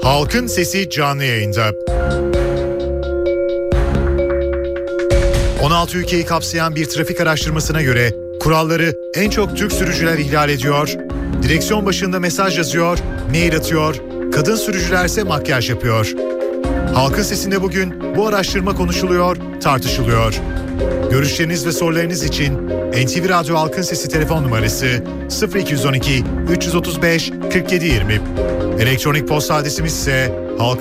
Halkın Sesi canlı yayında. 16 ülkeyi kapsayan bir trafik araştırmasına göre kuralları en çok Türk sürücüler ihlal ediyor, direksiyon başında mesaj yazıyor, mail atıyor, kadın sürücülerse makyaj yapıyor. Halkın Sesi'nde bugün bu araştırma konuşuluyor, tartışılıyor. Görüşleriniz ve sorularınız için NTV Radyo Halkın Sesi telefon numarası 0212 335 4720. Elektronik posta adresimiz ise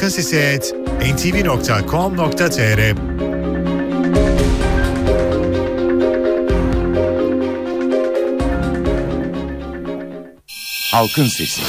halkinsesi@ntv.com.tr. Halkın Sesi.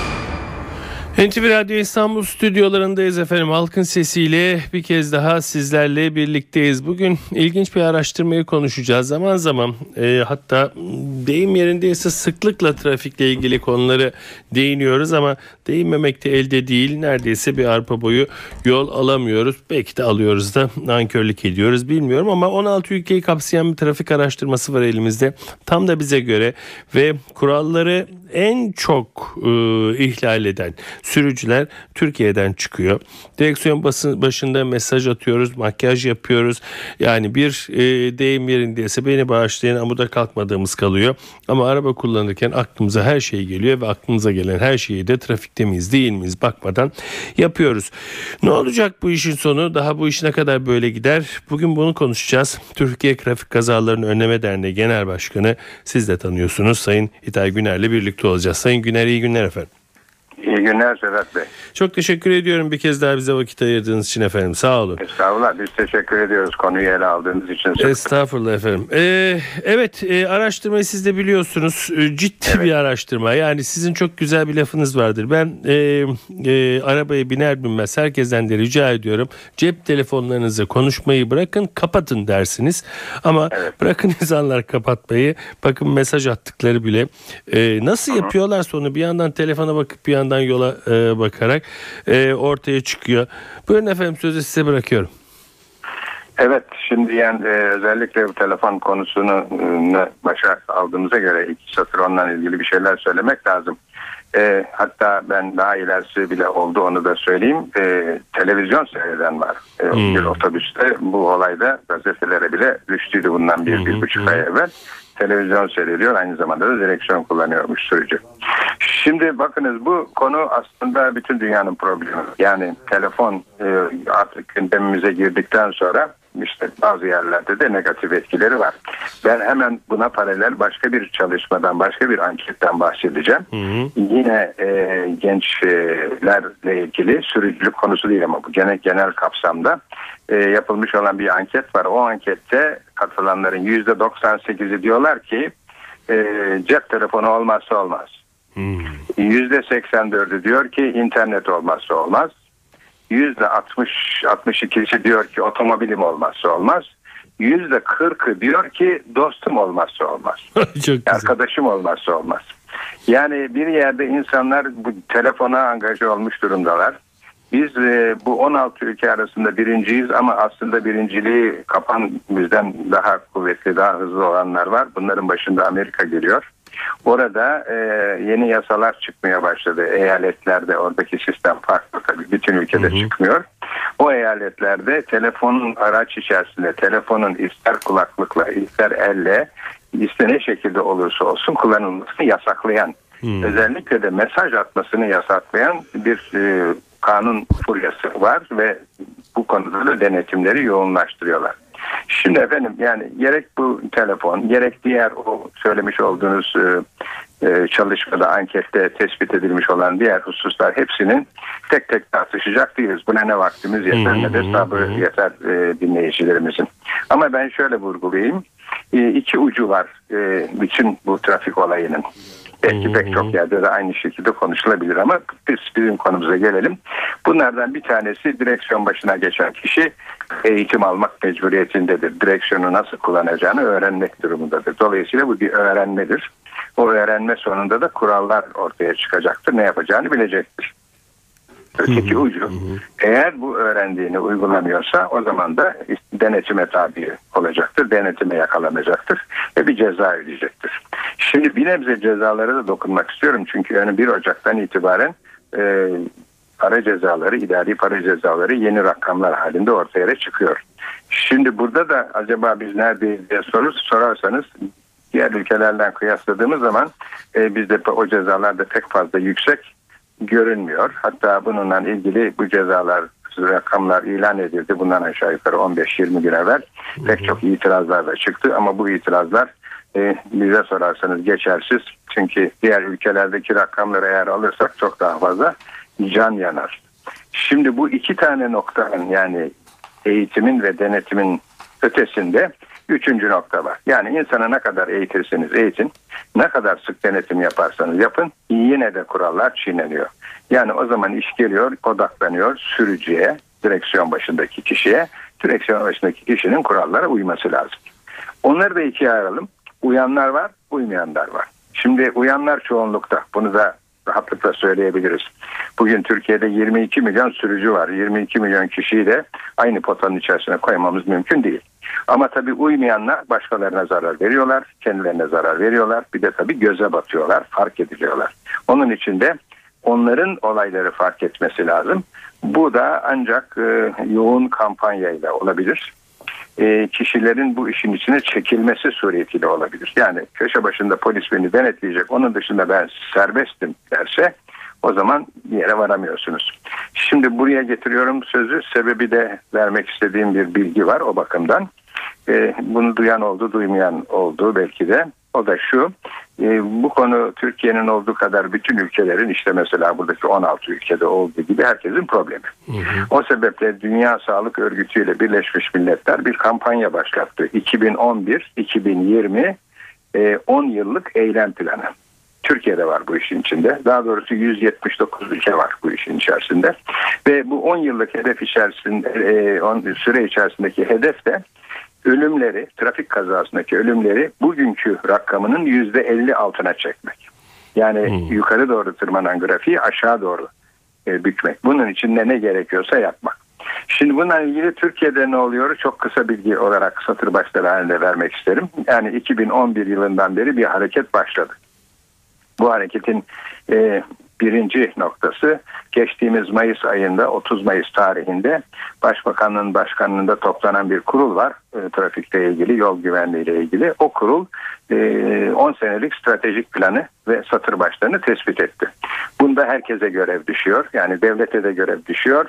NTV Radyo İstanbul stüdyolarındayız efendim. Halkın Sesi'yle bir kez daha sizlerle birlikteyiz. Bugün ilginç bir araştırmayı konuşacağız. Zaman zaman hatta deyim yerindeyse sıklıkla trafikle ilgili konuları değiniyoruz ama değinmemek de elde değil. Neredeyse bir arpa boyu yol alamıyoruz. Belki de alıyoruz da nankörlük ediyoruz bilmiyorum ama 16 ülkeyi kapsayan bir trafik araştırması var elimizde. Tam da bize göre ve kuralları en çok ihlal eden sürücüler Türkiye'den çıkıyor. Direksiyon başında mesaj atıyoruz, makyaj yapıyoruz. Yani bir deyim yerindeyse beni bağışlayın amuda kalkmadığımız kalıyor. Ama araba kullanırken aklımıza her şey geliyor ve aklımıza gelen her şeyi de trafikte miyiz değil miyiz bakmadan yapıyoruz. Ne olacak bu işin sonu? Daha bu iş ne kadar böyle gider? Bugün bunu konuşacağız. Türkiye Trafik Kazalarını Önleme Derneği Genel Başkanı, siz de tanıyorsunuz, Sayın İtay Güner'le birlikte olacağız. Sayın Güner, iyi günler efendim. İyi günler Sedat Bey. Çok teşekkür ediyorum bir kez daha bize vakit ayırdığınız için efendim. Sağ olun. Estağfurullah, biz teşekkür ediyoruz konuyu ele aldığınız için. Estağfurullah efendim. Evet, araştırmayı siz de biliyorsunuz. Ciddi bir araştırma. Yani sizin çok güzel bir lafınız vardır. Ben arabaya biner binmez herkesten de rica ediyorum. Cep telefonlarınızı konuşmayı bırakın, kapatın dersiniz. Ama bırakın insanlar kapatmayı. Bakın mesaj attıkları bile. Nasıl yapıyorlar sonra bir yandan telefona bakıp bir yandan yola bakarak ortaya çıkıyor. Buyurun efendim, sözü size bırakıyorum. Evet, şimdi yani özellikle bu telefon konusunu başa aldığımıza göre iki satır onunla ilgili bir şeyler söylemek lazım. Hatta ben daha ilerisi bile oldu, onu da söyleyeyim. Televizyon seyreden var. Bir otobüste bu olayda gazetelere bile düştüydü bundan bir buçuk ay evvel. Televizyon seyrediyor, aynı zamanda da direksiyon kullanıyormuş sürücü. Şimdi bakınız, bu konu aslında bütün dünyanın problemi. Yani telefon artık gündemimize girdikten sonra işte bazı yerlerde de negatif etkileri var. Ben hemen buna paralel başka bir çalışmadan, başka bir anketten bahsedeceğim. Yine gençlerle ilgili, sürücülük konusu değil ama bu genel kapsamda yapılmış olan bir anket var. O ankette katılanların %98'i diyorlar ki cep telefonu olmazsa olmaz. %84'ü diyor ki internet olmazsa olmaz. %62'si diyor ki otomobilim olmazsa olmaz. %40'ı diyor ki dostum olmazsa olmaz. Arkadaşım olmazsa olmaz. Yani bir yerde insanlar bu telefona angaje olmuş durumdalar. Biz bu 16 ülke arasında birinciyiz ama aslında birinciliği kapan bizden daha kuvvetli, daha hızlı olanlar var. Bunların başında Amerika geliyor. Orada yeni yasalar çıkmaya başladı. Eyaletlerde oradaki sistem farklı tabii. Bütün ülkede çıkmıyor. O eyaletlerde telefonun araç içerisinde, telefonun ister kulaklıkla, ister elle, ister ne şekilde olursa olsun kullanılmasını yasaklayan, özellikle de mesaj atmasını yasaklayan bir kanun furyası var ve bu konuda da denetimleri yoğunlaştırıyorlar. Şimdi efendim, yani gerek bu telefon, gerek diğer o söylemiş olduğunuz çalışmada, ankette tespit edilmiş olan diğer hususlar, hepsinin tek tek tartışacak değiliz. Buna ne vaktimiz yeter ne de sabrı yeter dinleyicilerimizin. Ama ben şöyle vurgulayayım. İki ucu var bütün bu trafik olayının. Belki pek çok yerde de aynı şekilde konuşulabilir ama bizim konumuza gelelim. Bunlardan bir tanesi, direksiyon başına geçen kişi eğitim almak mecburiyetindedir. Direksiyonu nasıl kullanacağını öğrenmek durumundadır. Dolayısıyla bu bir öğrenmedir. O öğrenme sonunda da kurallar ortaya çıkacaktır. Ne yapacağını bilecektir. Öteki ucu, eğer bu öğrendiğini uygulamıyorsa o zaman da denetime tabi olacaktır, denetime yakalanacaktır ve bir ceza ödeyecektir. Şimdi bir nebze cezalara da dokunmak istiyorum çünkü yani 1 Ocak'tan itibaren para cezaları, idari para cezaları yeni rakamlar halinde ortaya çıkıyor. Şimdi burada da acaba biz neredeyiz diye sorarsanız diğer ülkelerden kıyasladığımız zaman bizde o cezalar da pek fazla yüksek görünmüyor. Hatta bununla ilgili bu cezalar, rakamlar ilan edildi. Bundan aşağı yukarı 15-20 gün evvel pek çok itirazlar da çıktı ama bu itirazlar bize sorarsanız geçersiz. Çünkü diğer ülkelerdeki rakamları eğer alırsak çok daha fazla can yanar. Şimdi bu iki tane noktanın, yani eğitimin ve denetimin ötesinde üçüncü nokta var. Yani insanı ne kadar eğitirseniz eğitin, ne kadar sık denetim yaparsanız yapın, yine de kurallar çiğneniyor. Yani o zaman iş geliyor, odaklanıyor sürücüye, direksiyon başındaki kişiye. Direksiyon başındaki kişinin kurallara uyması lazım. Onları da ikiye ayıralım. Uyanlar var, uymayanlar var. Şimdi uyanlar çoğunlukta. Bunu da rahatlıkla söyleyebiliriz. Bugün Türkiye'de 22 milyon sürücü var. 22 milyon kişiyi de aynı potanın içerisine koymamız mümkün değil. Ama tabii uymayanlar başkalarına zarar veriyorlar, kendilerine zarar veriyorlar. Bir de tabii göze batıyorlar, fark ediliyorlar. Onun için de onların olayları fark etmesi lazım. Bu da ancak yoğun kampanyayla olabilir. Kişilerin bu işin içine çekilmesi suretiyle olabilir. Yani köşe başında polis beni denetleyecek, onun dışında ben serbestim derse o zaman bir yere varamıyorsunuz. Şimdi buraya getiriyorum sözü, sebebi de vermek istediğim bir bilgi var o bakımdan. Bunu duyan oldu, duymayan oldu belki de. O da şu, bu konu Türkiye'nin olduğu kadar bütün ülkelerin, işte mesela buradaki 16 ülkede olduğu gibi herkesin problemi. O sebeple Dünya Sağlık Örgütü ile Birleşmiş Milletler bir kampanya başlattı. 2011-2020 10 yıllık eylem planı. Türkiye'de var bu işin içinde. Daha doğrusu 179 ülke var bu işin içerisinde. Ve bu 10 yıllık hedef içerisinde, süre içerisindeki hedef de ölümleri, trafik kazasındaki ölümleri bugünkü rakamının %50 altına çekmek. Yani yukarı doğru tırmanan grafiği aşağı doğru bükmek. Bunun için de ne gerekiyorsa yapmak. Şimdi bununla ilgili Türkiye'de ne oluyor? Çok kısa bilgi olarak satır başları halinde vermek isterim. Yani 2011 yılından beri bir hareket başladı. Bu hareketin birinci noktası geçtiğimiz Mayıs ayında, 30 Mayıs tarihinde Başbakanlığın başkanlığında toplanan bir kurul var. Trafikle ilgili, yol güvenliği ile ilgili. O kurul 10 senelik stratejik planı ve satır başlarını tespit etti. Bunda herkese görev düşüyor. Yani devlete de görev düşüyor.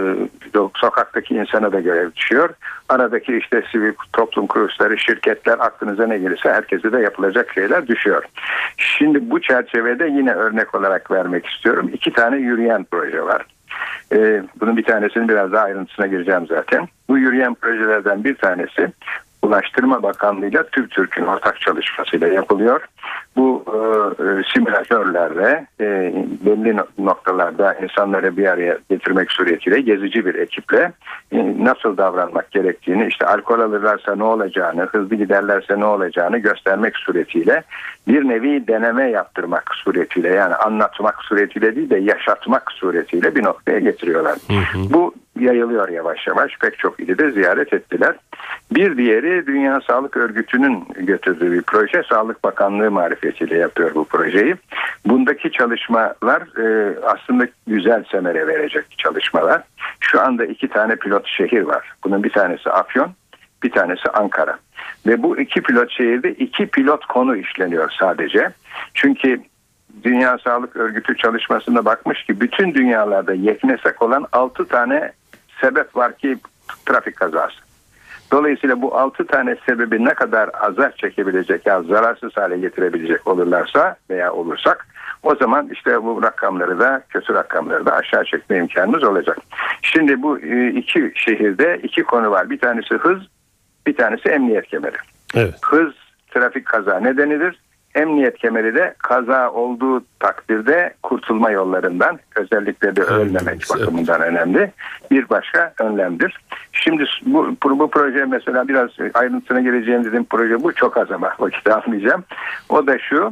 Sokaktaki insana da görev düşüyor. Aradaki işte sivil toplum kuruluşları, şirketler, aklınıza ne gelirse herkese de yapılacak şeyler düşüyor. Şimdi bu çerçevede yine örnek olarak vermek istiyorum. 2 tane yürüyen proje var. Bunun bir tanesinin biraz daha ayrıntısına gireceğim zaten. Bu yürüyen projelerden bir tanesi Ulaştırma Bakanlığı ile TÜBİTAK'ın ortak çalışmasıyla yapılıyor. Bu simülatörlerle belli noktalarda insanları bir araya getirmek suretiyle gezici bir ekiple nasıl davranmak gerektiğini, işte alkol alırlarsa ne olacağını, hızlı giderlerse ne olacağını göstermek suretiyle bir nevi deneme yaptırmak suretiyle, yani anlatmak suretiyle değil de yaşatmak suretiyle bir noktaya getiriyorlar. Bu yayılıyor yavaş yavaş. Pek çok ili de ziyaret ettiler. Bir diğeri Dünya Sağlık Örgütü'nün götürdüğü bir proje. Sağlık Bakanlığı marifetiyle yapıyor bu projeyi. Bundaki çalışmalar aslında güzel semere verecek çalışmalar. Şu anda 2 tane pilot şehir var. Bunun bir tanesi Afyon, bir tanesi Ankara. Ve bu 2 pilot şehirde 2 pilot konu işleniyor sadece. Çünkü Dünya Sağlık Örgütü çalışmasına bakmış ki bütün dünyalarda yeknesak olan 6 tane sebep var ki trafik kazası. Dolayısıyla bu 6 tane sebebi ne kadar azar çekebilecek ya zararsız hale getirebilecek olurlarsa veya olursak o zaman işte bu rakamları da, kötü rakamları da aşağı çekme imkanımız olacak. Şimdi bu 2 şehirde 2 konu var. Bir tanesi hız, bir tanesi emniyet kemeri. Evet. Hız trafik kaza nedenidir. Emniyet kemeri de kaza olduğu takdirde kurtulma yollarından, özellikle de ölmemek bakımından önemli bir başka önlemdir. Şimdi bu proje, mesela biraz ayrıntısına geleceğim dediğim proje bu, çok az ama vakit almayacağım. O da şu,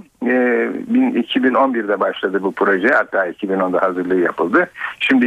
2011'de başladı bu proje, hatta 2010'da hazırlığı yapıldı. Şimdi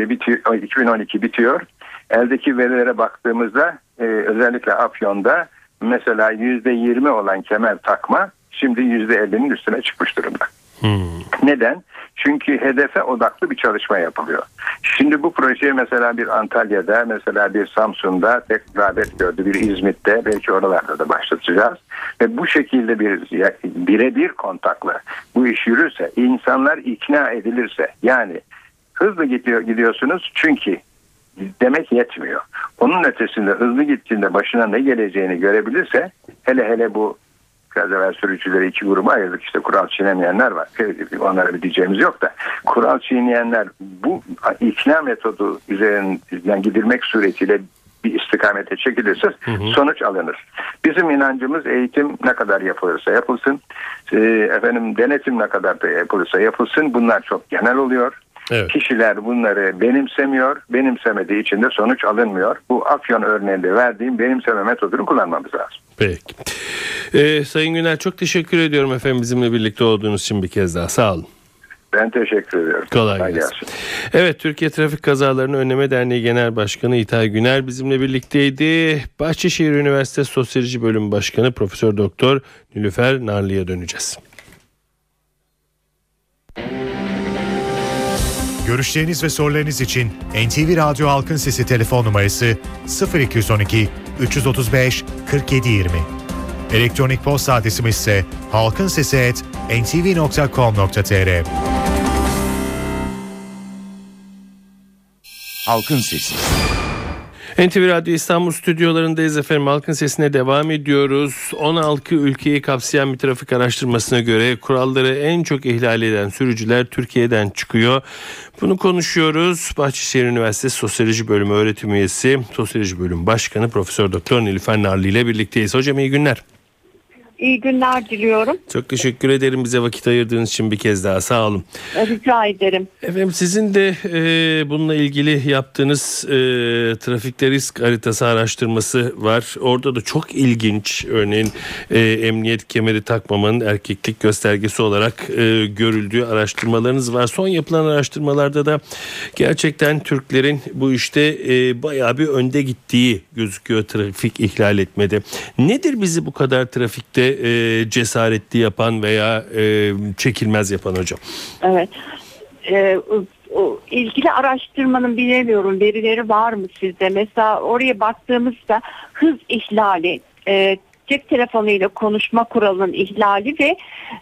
2012 bitiyor. Eldeki verilere baktığımızda özellikle Afyon'da mesela %20 olan kemer takma şimdi %50'nin üstüne çıkmış durumda. Neden? Çünkü hedefe odaklı bir çalışma yapılıyor. Şimdi bu projeye mesela bir Antalya'da, mesela bir Samsun'da rağbet gördü, bir İzmit'te, belki oralarda da başlatacağız. Ve bu şekilde birebir kontakla bu iş yürürse, insanlar ikna edilirse, yani hızlı gidiyorsunuz çünkü demek yetmiyor. Onun ötesinde hızlı gittiğinde başına ne geleceğini görebilirse, hele bu biraz evvel sürücüleri iki gruba ayırdık. İşte kural çiğnemeyenler var. Onlara bir diyeceğimiz yok da. Kural çiğneyenler bu ikna metodu üzerinden gidilmek suretiyle bir istikamete çekilirse sonuç alınır. Bizim inancımız eğitim ne kadar yapılırsa yapılsın, denetim ne kadar da yapılırsa yapılsın. Bunlar çok genel oluyor. Evet. Kişiler bunları benimsemiyor. Benimsemediği için de sonuç alınmıyor. Bu Afyon örneğinde verdiğim benimseme metodunu kullanmamız lazım. Peki. Sayın Güner, çok teşekkür ediyorum efendim bizimle birlikte olduğunuz için bir kez daha. Sağ olun. Ben teşekkür ediyorum. Kolay gelsin. Evet, Türkiye Trafik Kazalarını Önleme Derneği Genel Başkanı İtay Güner bizimle birlikteydi. Bahçeşehir Üniversitesi Sosyoloji Bölümü Başkanı Profesör Doktor Nilüfer Narlı'ya döneceğiz. Görüşleriniz ve sorularınız için NTV Radyo Halkın Sesi telefon numarası 0212 335 4720. Elektronik posta adresimiz ise halkinsesi@ntv.com.tr. Halkın Sesi. NTV Radyo İstanbul stüdyolarındayız efendim. Halkın Sesi'ne devam ediyoruz. 16 ülkeyi kapsayan bir trafik araştırmasına göre kuralları en çok ihlal eden sürücüler Türkiye'den çıkıyor. Bunu konuşuyoruz. Bahçeşehir Üniversitesi Sosyoloji Bölümü öğretim üyesi, Sosyoloji Bölümü Başkanı Profesör Doktor Nilüfer Narlı ile birlikteyiz. Hocam iyi günler. İyi günler diliyorum. Çok teşekkür ederim bize vakit ayırdığınız için bir kez daha, sağ olun. Rica ederim. Efendim sizin de bununla ilgili yaptığınız trafikte risk haritası araştırması var. Orada da çok ilginç, örneğin emniyet kemeri takmamanın erkeklik göstergesi olarak görüldüğü araştırmalarınız var. Son yapılan araştırmalarda da gerçekten Türklerin bu işte bayağı bir önde gittiği gözüküyor trafik ihlal etmede. Nedir bizi bu kadar trafikte cesaretli yapan veya çekilmez yapan hocam? Evet. O ilgili araştırmanın bilemiyorum verileri var mı sizde? Mesela oraya baktığımızda hız ihlali, cep telefonuyla konuşma kuralının ihlali ve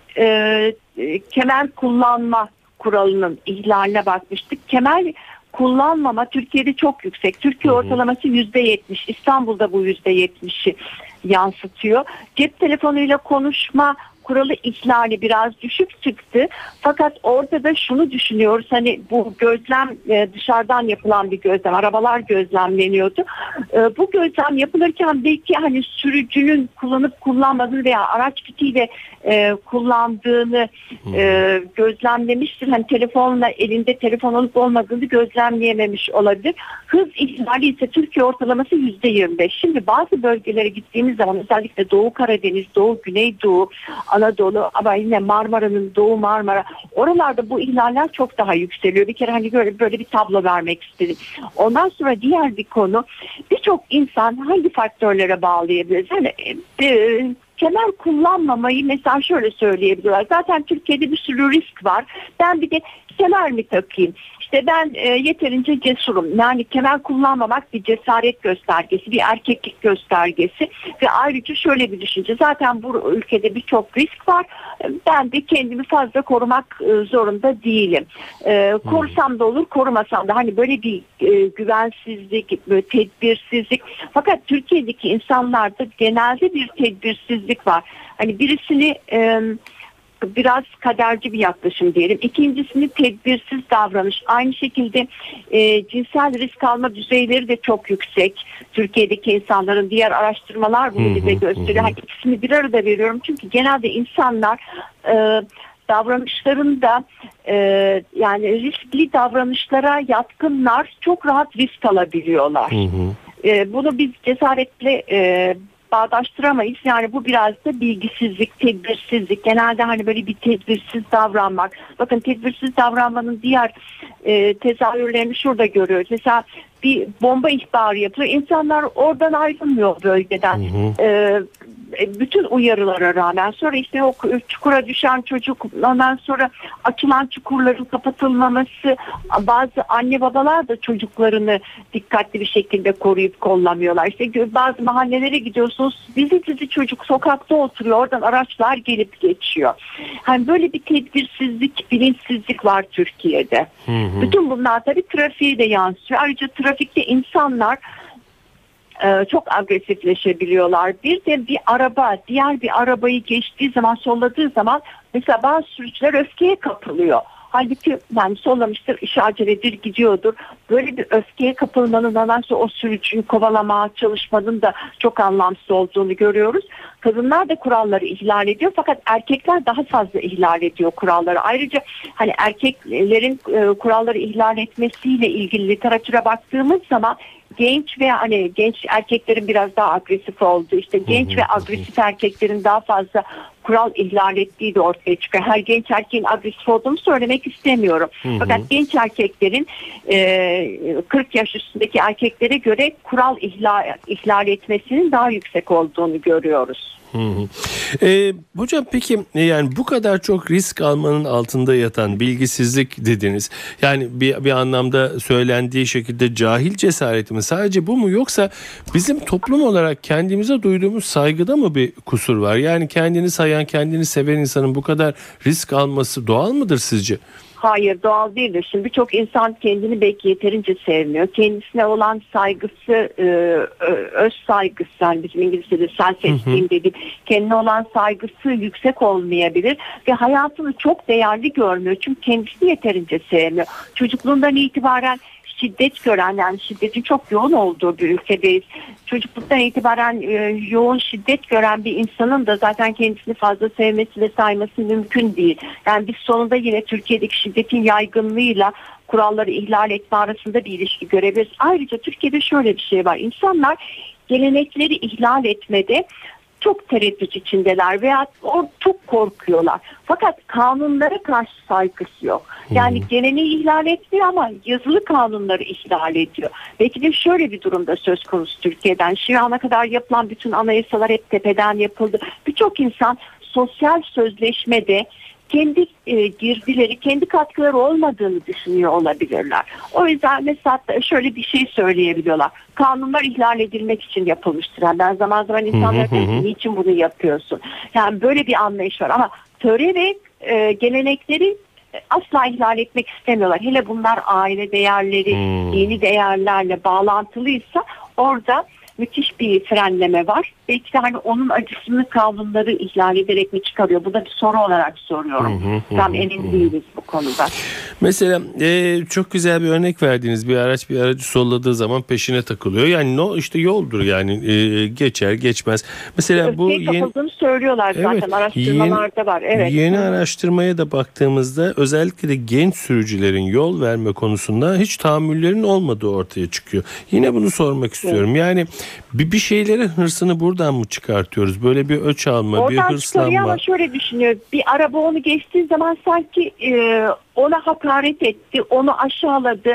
kemer kullanma kuralının ihlaline bakmıştık. Kemer kullanmama Türkiye'de çok yüksek. Türkiye ortalaması %70. İstanbul'da bu %70'i yansıtıyor. Cep telefonuyla konuşma kuralı ihlali biraz düşük çıktı. Fakat orada da şunu düşünüyoruz. Hani bu gözlem dışarıdan yapılan bir gözlem. Arabalar gözlemleniyordu. Bu gözlem yapılırken belki hani sürücünün kullanıp kullanmadığını veya araç kitiyle kullandığını gözlemlemiştir. Hani telefonla elinde telefon olup olmadığını gözlemleyememiş olabilir. Hız ihlali ise Türkiye ortalaması %25. Şimdi bazı bölgelere gittiğimiz zaman özellikle Doğu Karadeniz, Doğu Güneydoğu, Anadolu ama yine Marmara'nın Doğu Marmara, oralarda bu ihlaller çok daha yükseliyor. Bir kere hani böyle bir tablo vermek istedim. Ondan sonra diğer bir konu, birçok insan hangi faktörlere bağlayabiliriz? Hani kemer kullanmamayı mesela şöyle söyleyebiliyorlar. Zaten Türkiye'de bir sürü risk var. Ben bir de kemer mi takayım? İşte ben yeterince cesurum. Yani kemer kullanmamak bir cesaret göstergesi, bir erkeklik göstergesi ve ayrıca şöyle bir düşünce. Zaten bu ülkede birçok risk var. Ben de kendimi fazla korumak zorunda değilim. Korusam da olur, korumasam da. Hani böyle bir güvensizlik, böyle tedbirsizlik. Fakat Türkiye'deki insanlarda genelde bir tedbirsizlik var. Hani birisini biraz kaderci bir yaklaşım diyelim. İkincisini tedbirsiz davranış. Aynı şekilde cinsel risk alma düzeyleri de çok yüksek. Türkiye'deki insanların, diğer araştırmalar bunu bize gösteriyor. Hani ikisini bir arada veriyorum. Çünkü genelde insanlar davranışlarında yani riskli davranışlara yatkınlar, çok rahat risk alabiliyorlar. Bunu biz cesaretle bağdaştıramayız. Yani bu biraz da bilgisizlik, tedbirsizlik. Genelde hani böyle bir tedbirsiz davranmak. Bakın tedbirsiz davranmanın diğer tezahürlerini şurada görüyoruz. Mesela bir bomba ihbarı yapılıyor. İnsanlar oradan ayrılmıyor bölgeden. bütün uyarılara rağmen, sonra işte o çukura düşen çocuk, ondan sonra açılan çukurların kapatılmaması, bazı anne babalar da çocuklarını dikkatli bir şekilde koruyup kollamıyorlar. İşte bazı mahallelere gidiyorsunuz, dizi çocuk sokakta oturuyor, oradan araçlar gelip geçiyor. Hani böyle bir tedbirsizlik, bilinçsizlik var Türkiye'de. Bütün bunlar tabii trafiğe de yansıyor. Ayrıca trafikte insanlar çok agresifleşebiliyorlar. Bir de bir araba diğer bir arabayı geçtiği zaman, solladığı zaman mesela bazı sürücüler öfkeye kapılıyor. Halbuki yani sollamıştır, işi aceledir, gidiyordur. Böyle bir öfkeye kapılmanın, ondan sonra o sürücüyü kovalamaya çalışmanın da çok anlamsız olduğunu görüyoruz. Kadınlar da kuralları ihlal ediyor, fakat erkekler daha fazla ihlal ediyor kuralları. Ayrıca hani erkeklerin kuralları ihlal etmesiyle ilgili literatüre baktığımız zaman genç ve hani genç erkeklerin biraz daha agresif olduğu, işte genç ve agresif erkeklerin daha fazla kural ihlal ettiği de ortaya çıkıyor. Her genç erkeğin agresif olduğunu söylemek istemiyorum. Fakat genç erkeklerin 40 yaş üstündeki erkeklere göre kural ihlal etmesinin daha yüksek olduğunu görüyoruz. Hocam peki yani bu kadar çok risk almanın altında yatan bilgisizlik dediniz. Yani bir anlamda söylendiği şekilde cahil cesareti mi? Sadece bu mu, yoksa bizim toplum olarak kendimize duyduğumuz saygıda mı bir kusur var? Yani kendini sayan, kendini seven insanın bu kadar risk alması doğal mıdır sizce? Hayır, doğal değildir. Şimdi birçok insan kendini belki yeterince sevmiyor. Kendisine olan saygısı, öz saygısı, yani bizim İngilizce'de self-esteem dediğim, kendine olan saygısı yüksek olmayabilir ve hayatını çok değerli görmüyor. Çünkü kendisini yeterince sevmiyor. Çocukluğundan itibaren şiddet gören, yani şiddetin çok yoğun olduğu bir ülkedeyiz. Çocukluktan itibaren yoğun şiddet gören bir insanın da zaten kendisini fazla sevmesi ve sayması mümkün değil. Yani biz sonunda yine Türkiye'deki şiddetin yaygınlığıyla kuralları ihlal etme arasında bir ilişki görebiliriz. Ayrıca Türkiye'de şöyle bir şey var. İnsanlar gelenekleri ihlal etmede çok tereddüt içindeler veya çok korkuyorlar. Fakat kanunlara karşı saygısı yok. Yani geleneği ihlal etmiyor ama yazılı kanunları ihlal ediyor. Belki de şöyle bir durumda söz konusu Türkiye'den. Şu ana kadar yapılan bütün anayasalar hep tepeden yapıldı. Birçok insan sosyal sözleşmede kendi girdileri, kendi katkıları olmadığını düşünüyor olabilirler. O yüzden mesela şöyle bir şey söyleyebiliyorlar. Kanunlar ihlal edilmek için yapılmıştır. Yani ben zaman zaman insanlara diyorum, niçin bunu yapıyorsun? Yani böyle bir anlayış var ama töre ve gelenekleri asla ihlal etmek istemiyorlar. Hele bunlar aile değerleri, dini değerlerle bağlantılıysa orada müthiş bir frenleme var. Belki de hani onun acısını kanunları ihlal ederek mi çıkarıyor? Bu da bir soru olarak soruyorum. Tam emin değiliz bu konuda. Mesela çok güzel bir örnek verdiniz. Bir araç bir aracı solladığı zaman peşine takılıyor. Yani işte yoldur yani, geçer geçmez. Mesela bu kapıldığını söylüyorlar zaten. Evet, araştırmalarda var. Evet. Yeni araştırmaya da baktığımızda özellikle de genç sürücülerin yol verme konusunda hiç tahammüllerin olmadığı ortaya çıkıyor. Yine bunu sormak istiyorum. Evet. Yani bir şeylere hırsını buradan mı çıkartıyoruz? Böyle bir öç alma, oradan bir hırslanma. Ama şöyle düşünüyor. Bir araba onu geçtiği zaman sanki ona hakaret etti, onu aşağıladı,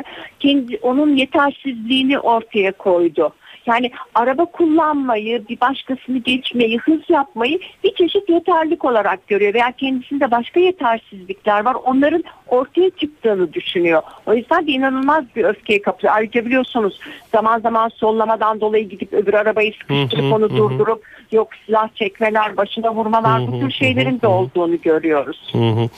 onun yetersizliğini ortaya koydu. Yani araba kullanmayı, bir başkasını geçmeyi, hız yapmayı bir çeşit yeterlik olarak görüyor veya kendisinde başka yetersizlikler var. Onların ortaya çıktığını düşünüyor. O yüzden de inanılmaz bir öfkeye kapılıyor. Ayrıca biliyorsunuz zaman zaman sollamadan dolayı gidip öbür arabayı sıkıştırıp onu durdurup yok silah çekmeler, başına vurmalar, bu tür şeylerin de olduğunu görüyoruz.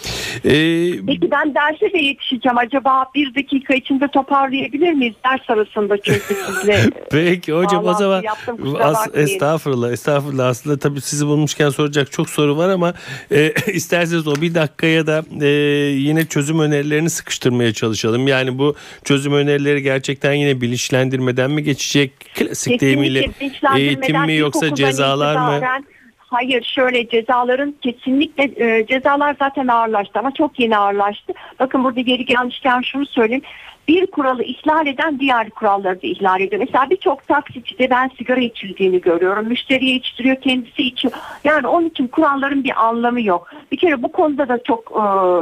Peki ben derse de yetişeceğim. Acaba bir dakika içinde toparlayabilir miyiz ders arasında, çünkü sizle Peki hocam, o zaman estağfurullah aslında tabii sizi bulmuşken soracak çok soru var ama isterseniz o bir dakikaya da yine çözüm önerilerini sıkıştırmaya çalışalım. Yani bu çözüm önerileri gerçekten yine bilinçlendirmeden mi geçecek? Klasik deyimiyle eğitim mi yoksa cezalar mı? Hayır, şöyle cezaların kesinlikle cezalar zaten ağırlaştı ama çok yeni ağırlaştı. Bakın burada geri gelmişken şunu söyleyeyim. Bir kuralı ihlal eden diğer kuralları da ihlal ediyor. Mesela birçok taksicide ben sigara içildiğini görüyorum. Müşteriye içtiriyor, kendisi içiyor. Yani onun için kuralların bir anlamı yok. Bir kere bu konuda da çok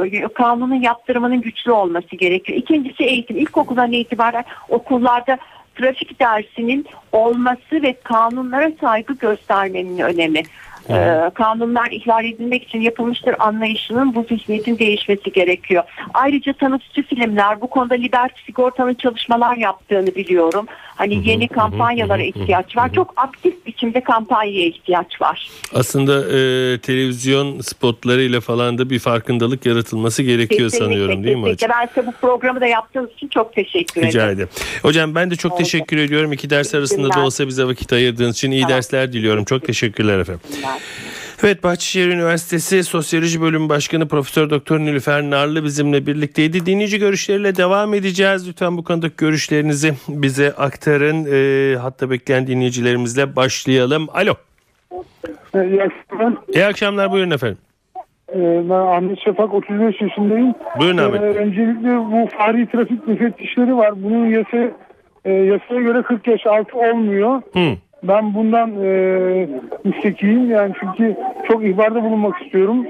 kanunun yaptırımının güçlü olması gerekiyor. İkincisi eğitim. İlkokuldan itibaren okullarda trafik dersinin olması ve kanunlara saygı göstermenin önemi. Kanunlar ihlal edilmek için yapılmıştır anlayışının bu zihniyetin değişmesi gerekiyor. Ayrıca tanıtıcı filmler, bu konuda Liberty Sigorta'nın çalışmalar yaptığını biliyorum. Hani yeni kampanyalara ihtiyaç var. Çok aktif biçimde kampanyaya ihtiyaç var. Aslında televizyon spotlarıyla falan da bir farkındalık yaratılması gerekiyor sanıyorum, değil mi hocam? Ben size bu programı da yaptığınız için çok teşekkür ederim. Rica ederim. Hocam ben de çok teşekkür ediyorum. İki ders arasında da olsa bize vakit ayırdığınız için iyi dersler diliyorum. Çok teşekkürler efendim. Evet, Bahçeşehir Üniversitesi Sosyoloji Bölümü Başkanı Profesör Doktor Nilüfer Narlı bizimle birlikteydi. Dinleyici görüşleriyle devam edeceğiz. Lütfen bu konudaki görüşlerinizi bize aktarın. Hatta bekleyen dinleyicilerimizle başlayalım. Alo. İyi akşamlar. İyi akşamlar, buyurun efendim. Ben Ahmet Şafak, 35 yaşındayım. Buyurun Ahmet Bey. Öncelikle bu fari trafik müfettişleri var. Bunun yasaya göre 40 yaş altı olmuyor. Ben bundan müstekiyim. Yani çünkü çok ihbarda bulunmak istiyorum.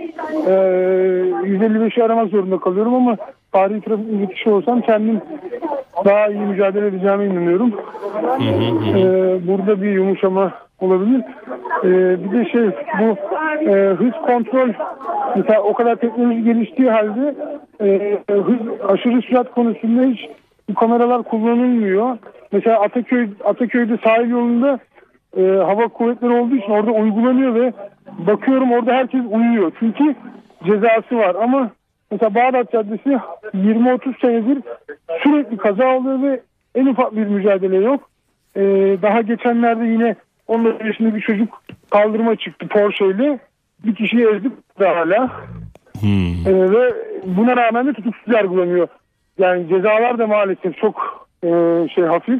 155'i aramak zorunda kalıyorum ama fari trafik müfettişi olsam kendim daha iyi mücadele edeceğime inanıyorum. Burada bir yumuşama olabilir. Bir de bu hız kontrol, mesela o kadar teknoloji geliştiği halde aşırı sürat konusunda hiç bu kameralar kullanılmıyor. Mesela Ataköy'de sahil yolunda hava kuvvetleri olduğu için orada uygulanıyor ve bakıyorum orada herkes uyuyor. Çünkü cezası var ama mesela Bağdat Caddesi 20-30 senedir sürekli kaza oluyor ve en ufak bir mücadele yok. Daha geçenlerde yine 14 yaşında bir çocuk kaldırıma çıktı Porsche ile. Bir kişiyi ezdi hala. Ve buna rağmen de tutuksuz yargılanıyor. Yani cezalar da maalesef çok hafif.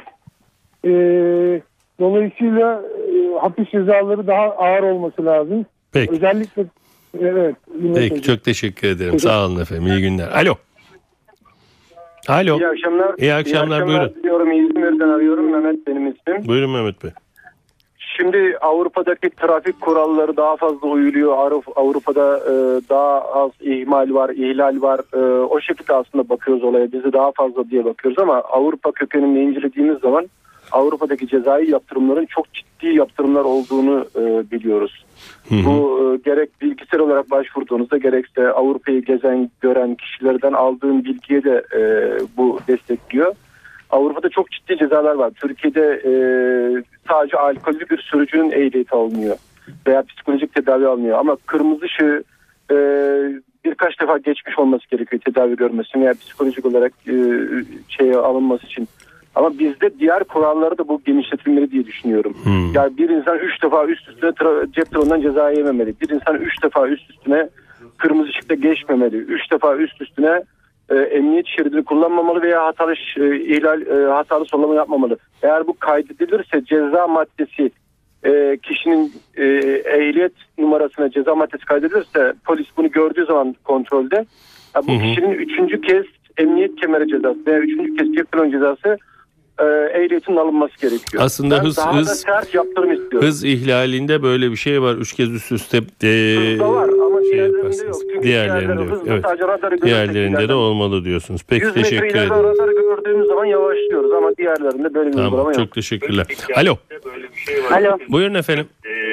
Dolayısıyla hapis cezaları daha ağır olması lazım. Peki. Özellikle evet. Peki, çok teşekkür ederim. Sağ olun efendim. İyi günler. Alo. Alo. İyi akşamlar. İyi akşamlar, buyurun. Diyorum, İzmir'den arıyorum. Mehmet benim ismim. Buyurun Mehmet Bey. Şimdi Avrupa'daki trafik kuralları daha fazla uyuluyor. Avrupa'da daha az ihmal var, ihlal var. O şekilde aslında bakıyoruz olaya. Bizi daha fazla diye bakıyoruz ama Avrupa kökenini incelediğimiz zaman Avrupa'daki cezai yaptırımların çok ciddi yaptırımlar olduğunu biliyoruz. Bu gerek bilgisayar olarak başvurduğunuzda gerekse Avrupa'yı gezen, gören kişilerden aldığım bilgiye de bu destekliyor. Avrupa'da çok ciddi cezalar var. Türkiye'de sadece alkollü bir sürücünün ehliyeti alınıyor veya psikolojik tedavi alınıyor. Ama kırmızı ışığı birkaç defa geçmiş olması gerekiyor tedavi görmesi veya psikolojik olarak alınması için. Ama bizde diğer kuralları da bu genişletilmeli diye düşünüyorum. Yani bir insan 3 defa üst üstüne cep telefonundan ceza yememeli. Bir insan 3 defa üst üstüne kırmızı ışıkta geçmemeli. 3 defa üst üstüne emniyet şeridini kullanmamalı veya hatalı sollama yapmamalı. Eğer bu kaydedilirse ceza maddesi kişinin ehliyet numarasına ceza maddesi kaydedilirse polis bunu gördüğü zaman kontrolde bu kişinin 3. kez emniyet kemeri cezası veya 3. kez cep telefonu cezası ehliyetin alınması gerekiyor. Aslında daha da sert yaptırım istiyorum. Hız ihlalinde böyle bir şey var. 3 kez üst üste hızda var ama diğerlerinde yok. Çünkü diğerlerinde yok. Evet. Diğerlerinde de olmalı diyorsunuz. Peki, teşekkür ederim. Radarı gördüğümüz zaman yavaşlıyoruz ama diğerlerinde böyle bir uygulama yok. Çok teşekkürler. Alo. Alo. Buyurun efendim.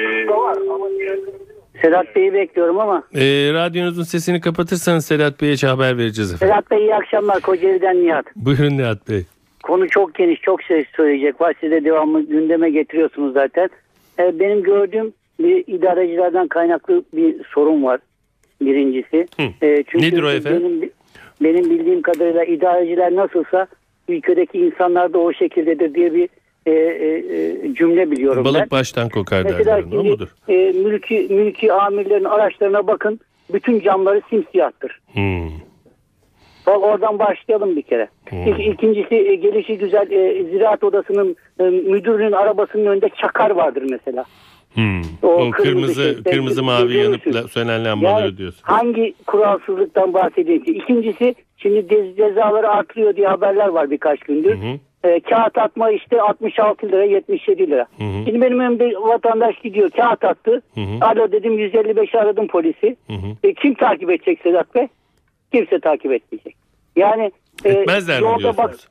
Sedat Bey'i bekliyorum ama. Radyonuzun sesini kapatırsanız Sedat Bey'e haber vereceğiz efendim. Sedat Bey iyi akşamlar. Kocaeli'den Nihat. Buyurun Nihat Bey. Konu çok geniş, çok şey söyleyecek var. Siz de devamlı gündeme getiriyorsunuz zaten. Benim gördüğüm bir idarecilerden kaynaklı bir sorun var. Birincisi. Çünkü nedir o efendim? Benim bildiğim kadarıyla idareciler nasılsa ülkedeki insanlar da o şekildedir diye bir cümle biliyorum ben. Balık baştan kokar derler. O mudur? Mülki amirlerin araçlarına bakın. Bütün camları simsiyahtır. Bak oradan başlayalım bir kere. İkincisi gelişi güzel Ziraat Odası'nın müdürünün arabasının önünde çakar vardır mesela. O kırmızı mavi yanıp sönen lambaları yani, diyorsun. Hangi kuralsızlıktan bahsediyorsun? İkincisi şimdi cezaları artırıyor diye haberler var birkaç gündür. Kağıt atma işte 66 lira 77 lira. Şimdi benim önümde vatandaş gidiyor kağıt attı. Alo dedim 155 aradım polisi. Kim takip edecek Sedat Bey? Kimse takip etmeyecek. Yani etmezler mi diyorsunuz?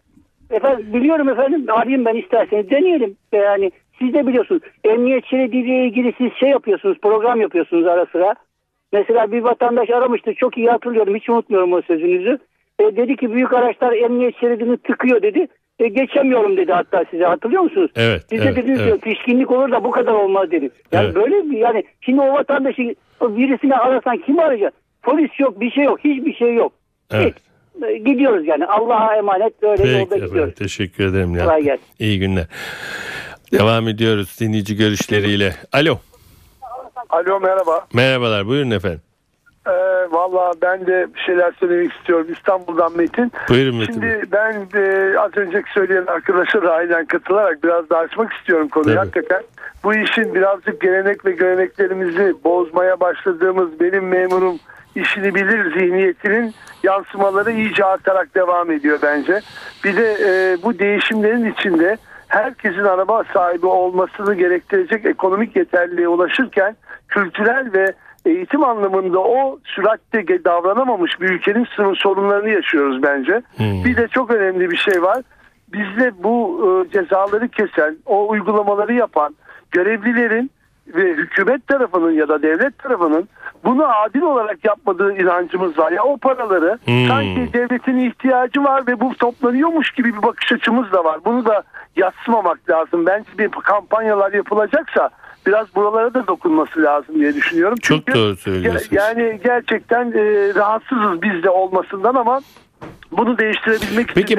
Efendim biliyorum efendim. Arayayım ben, isterseniz deneyelim. Yani siz de biliyorsunuz. Emniyet şeridiyle ilgili siz şey yapıyorsunuz. Program yapıyorsunuz ara sıra. Mesela bir vatandaş aramıştı. Çok iyi hatırlıyorum. Hiç unutmuyorum o sözünüzü. Dedi ki büyük araçlar emniyet şeridini tıkıyor dedi. Geçemiyorum dedi hatta, size hatırlıyor musunuz? Evet. Siz de dediniz pişkinlik olur da bu kadar olmaz dedi. Yani böyle mi? Yani şimdi o vatandaşı birisine arasan kim arayacak? Polis yok, bir şey yok, hiçbir şey yok. Evet. Gidiyoruz yani. Allah'a emanet böyle yolda gidiyoruz. Teşekkür ederim. Kolay gelsin. İyi günler. Devam ediyoruz dinleyici görüşleriyle. Alo. Alo, merhaba. Merhabalar, buyurun efendim. Valla ben de bir şeyler söylemek istiyorum. İstanbul'dan Metin. Buyurun Metin. Şimdi ben az önceki söyleyen arkadaşa da aynen katılarak biraz daha açmak istiyorum konuyu. Tabii. Hakikaten bu işin birazcık gelenek ve göreneklerimizi bozmaya başladığımız benim memurum işini bilir zihniyetinin yansımaları iyice artarak devam ediyor bence. Bir de bu değişimlerin içinde herkesin araba sahibi olmasını gerektirecek ekonomik yeterliliğe ulaşırken kültürel ve eğitim anlamında o süratte davranamamış bir ülkenin sorunlarını yaşıyoruz bence. Bir de çok önemli bir şey var. Bizde bu cezaları kesen, o uygulamaları yapan görevlilerin ve hükümet tarafının ya da devlet tarafının bunu adil olarak yapmadığı inancımız var. Ya o paraları sanki devletin ihtiyacı var ve bu toplanıyormuş gibi bir bakış açımız da var. Bunu da yadsımamak lazım. Bence bir kampanyalar yapılacaksa biraz buralara da dokunması lazım diye düşünüyorum. Çok doğru söylüyorsunuz. Yani gerçekten rahatsızız biz de olmasından ama bunu değiştirebilmek için. Peki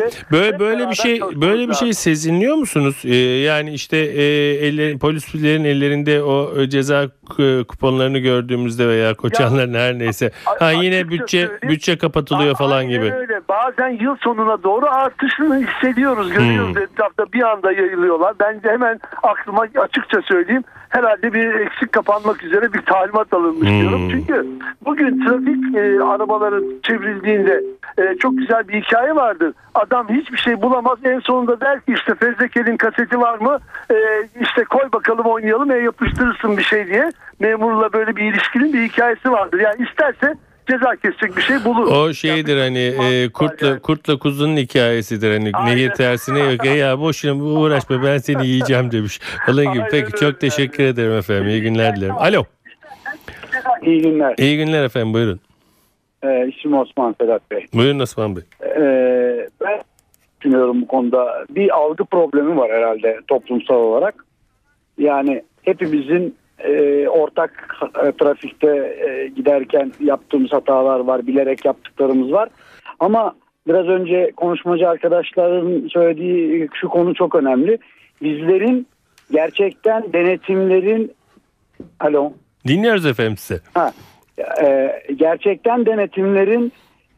böyle bir şey sezinliyor musunuz? Yani işte polislerin ellerinde o ceza kuponlarını gördüğümüzde veya koçanların her neyse. Yine bütçe kapatılıyor falan gibi. Öyle. Bazen yıl sonuna doğru artışını hissediyoruz, görüyoruz etrafta bir anda yayılıyorlar. Ben de hemen aklıma açıkça söyleyeyim. Herhalde bir eksik kapanmak üzere bir talimat alınmış diyorum. Çünkü bugün trafik arabaları çevrildiğinde çok güzel bir hikaye vardır. Adam hiçbir şey bulamaz. En sonunda der ki işte Fezlekel'in kaseti var mı? İşte koy bakalım oynayalım, yapıştırırsın bir şey diye. Memurla böyle bir ilişkinin bir hikayesi vardır. Yani isterse ceza kesecek bir şey bulur. O şeydir kurtla kuzunun hikayesidir. Nehir tersine yok. Ya boşuna uğraşma, ben seni yiyeceğim demiş. Onun gibi. Peki çok teşekkür ederim efendim. İyi günler dilerim. Alo. İyi günler. İyi günler efendim, buyurun. İsmim Osman Sedat Bey. Buyurun Osman Bey. Ben düşünüyorum bu konuda bir algı problemi var herhalde toplumsal olarak. Yani hepimizin ortak trafikte giderken yaptığımız hatalar var, bilerek yaptıklarımız var. Ama biraz önce konuşmacı arkadaşların söylediği şu konu çok önemli. Bizlerin gerçekten denetimlerin... Alo. Dinliyoruz efendim size. Gerçekten denetimlerin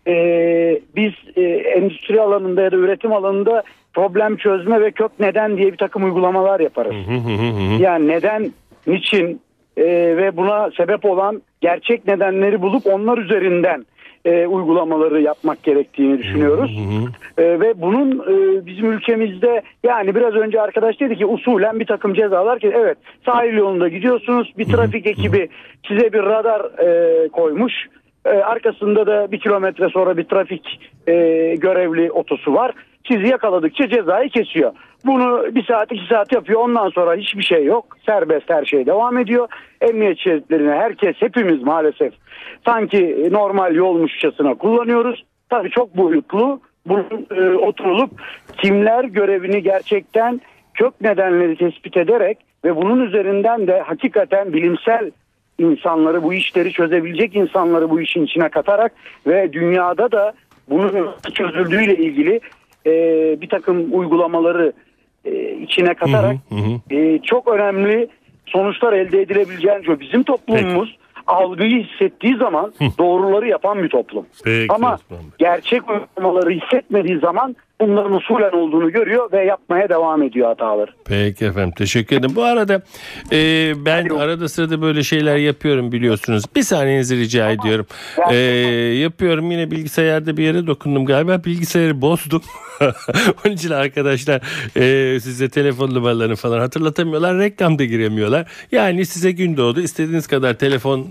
biz endüstri alanında ya da üretim alanında problem çözme ve kök neden diye bir takım uygulamalar yaparız. Yani neden, niçin ve buna sebep olan gerçek nedenleri bulup onlar üzerinden uygulamaları yapmak gerektiğini düşünüyoruz. Ve bunun bizim ülkemizde, yani biraz önce arkadaş dedi ki usulen bir takım cezalar ki evet, sahil yolunda gidiyorsunuz, bir trafik ekibi size bir radar koymuş. Arkasında da 1 kilometre sonra bir trafik görevli otosu var. Sizi yakaladıkça cezayı kesiyor. Bunu 1 saat 2 saat yapıyor. Ondan sonra hiçbir şey yok. Serbest, her şey devam ediyor. Emniyet şeritlerine hepimiz maalesef sanki normal yolmuşçasına kullanıyoruz. Tabii çok boyutlu. Bunun oturulup kimler görevini gerçekten kök nedenleri tespit ederek ve bunun üzerinden de hakikaten bilimsel insanları, bu işleri çözebilecek insanları bu işin içine katarak ve dünyada da bunun çözüldüğüyle ilgili bir takım uygulamaları içine katarak çok önemli sonuçlar elde edilebileceğini, bizim toplumumuz algıyı hissettiği zaman doğruları yapan bir toplum. Ama gerçek uygulamaları hissetmediği zaman bunların usulen olduğunu görüyor ve yapmaya devam ediyor hataları. Peki efendim, teşekkür ederim. Bu arada ben arada sırada böyle şeyler yapıyorum biliyorsunuz. Bir saniyenizi rica ediyorum. Yapıyorum, yine bilgisayarda bir yere dokundum galiba. Bilgisayarı bozdum. Onun için arkadaşlar size telefon numaralarını falan hatırlatamıyorlar. Reklamda giremiyorlar. Yani size gün doğdu. İstediğiniz kadar telefon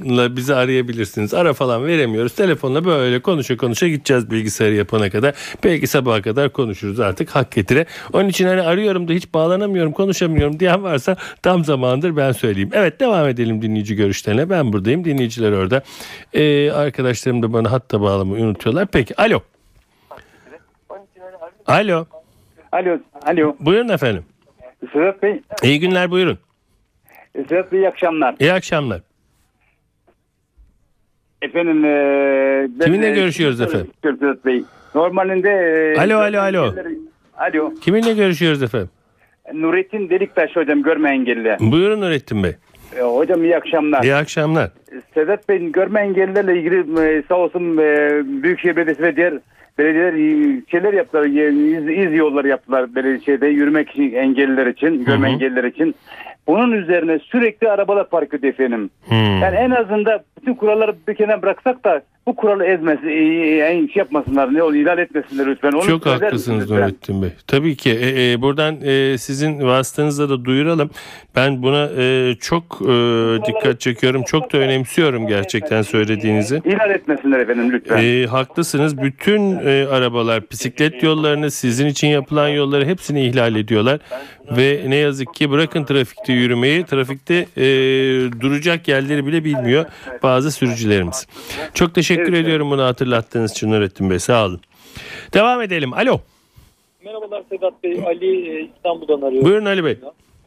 telefonla bizi arayabilirsiniz. Ara falan veremiyoruz. Telefonla böyle konuşa gideceğiz bilgisayarı yapana kadar. Belki sabaha kadar konuşuruz artık hak getire. Onun için hani arıyorum da hiç bağlanamıyorum, konuşamıyorum diyen varsa tam zamandır ben söyleyeyim. Evet, devam edelim dinleyici görüşlerine. Ben buradayım, dinleyiciler orada. Arkadaşlarım da bana hatta bağlamayı unutuyorlar. Peki, alo. Alo. Alo. Buyurun efendim. Sedat Bey. İyi günler, buyurun. Sedat Bey, iyi akşamlar. İyi akşamlar. Efendim kiminle görüşüyoruz efendim? Sedat Bey. Normalinde Alo. Kiminle görüşüyoruz efendim? Nurettin Deliktaş hocam, görme engelli. Buyurun Nurettin Bey. Hocam iyi akşamlar. İyi akşamlar. Sedat Bey, görme engellilerle ilgili sağ olsun Büyükşehir Belediyesi ve diğer belediyeler şeyler yaptılar. İz yolları yaptılar belediyede yürümek için, engelliler için, görme engelliler için. Bunun üzerine sürekli arabalar park ediyor efendim. Yani en azından bütün kuralları bir kenara bıraksak da bu kuralı yapmasınlar, ne olur, ihlal etmesinler lütfen. Onu çok haklısınız Nurettin Bey. Tabii ki buradan sizin vasıtanızla da duyuralım. Ben buna çok dikkat çekiyorum. Çok da önemsiyorum gerçekten söylediğinizi. İhlal etmesinler efendim lütfen. Haklısınız. Bütün arabalar, bisiklet yollarını, sizin için yapılan yolları hepsini ihlal ediyorlar. Ve ne yazık ki bırakın trafikte yürümeyi, trafikte duracak yerleri bile bilmiyor bazı sürücülerimiz. Çok teşekkür ediyorum bunu hatırlattığınız için Nurettin Bey. Sağ olun. Devam edelim. Alo. Merhabalar Sedat Bey. Ali İstanbul'dan arıyorum. Buyurun Ali Bey.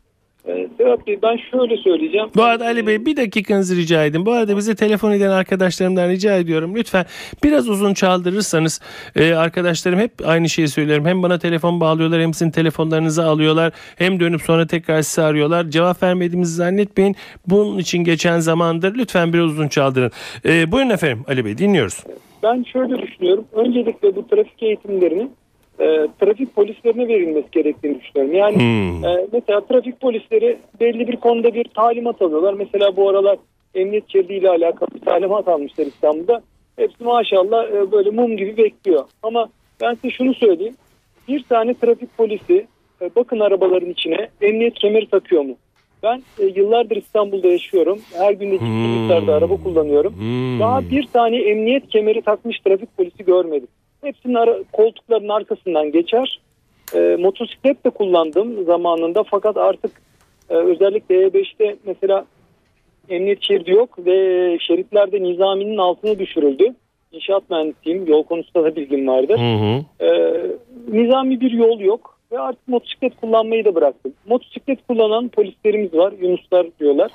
Sedat Bey, ben şöyle söyleyeceğim. Bu arada Ali Bey, bir dakikanızı rica edin. Bu arada bize telefon eden arkadaşlarımdan rica ediyorum. Lütfen biraz uzun çaldırırsanız, arkadaşlarım hep aynı şeyi söylüyorum. Hem bana telefon bağlıyorlar, hem sizin telefonlarınızı alıyorlar. Hem dönüp sonra tekrar size arıyorlar. Cevap vermediğimizi zannetmeyin. Bunun için geçen zamandır. Lütfen biraz uzun çaldırın. Buyurun efendim Ali Bey, dinliyoruz. Ben şöyle düşünüyorum. Öncelikle bu trafik eğitimlerini trafik polislerine verilmesi gerektiğini düşünüyorum. Yani mesela trafik polisleri belli bir konuda bir talimat alıyorlar. Mesela bu aralar emniyet şeridiyle alakalı bir talimat almışlar İstanbul'da. Hepsi maşallah böyle mum gibi bekliyor. Ama ben size şunu söyleyeyim. Bir tane trafik polisi bakın arabaların içine emniyet kemeri takıyor mu? Ben yıllardır İstanbul'da yaşıyorum. Her gün de ciddi miktarda araba kullanıyorum. Daha bir tane emniyet kemeri takmış trafik polisi görmedim. Hepsinin koltukların arkasından geçer. Motosiklet de kullandım zamanında, fakat artık özellikle E5'te mesela emniyet şeridi yok ve şeritlerde nizaminin altına düşürüldü. İnşaat mühendisiyim, yol konusunda da bilgim vardır. Nizami bir yol yok ve artık motosiklet kullanmayı da bıraktım. Motosiklet kullanan polislerimiz var, Yunuslar diyorlar.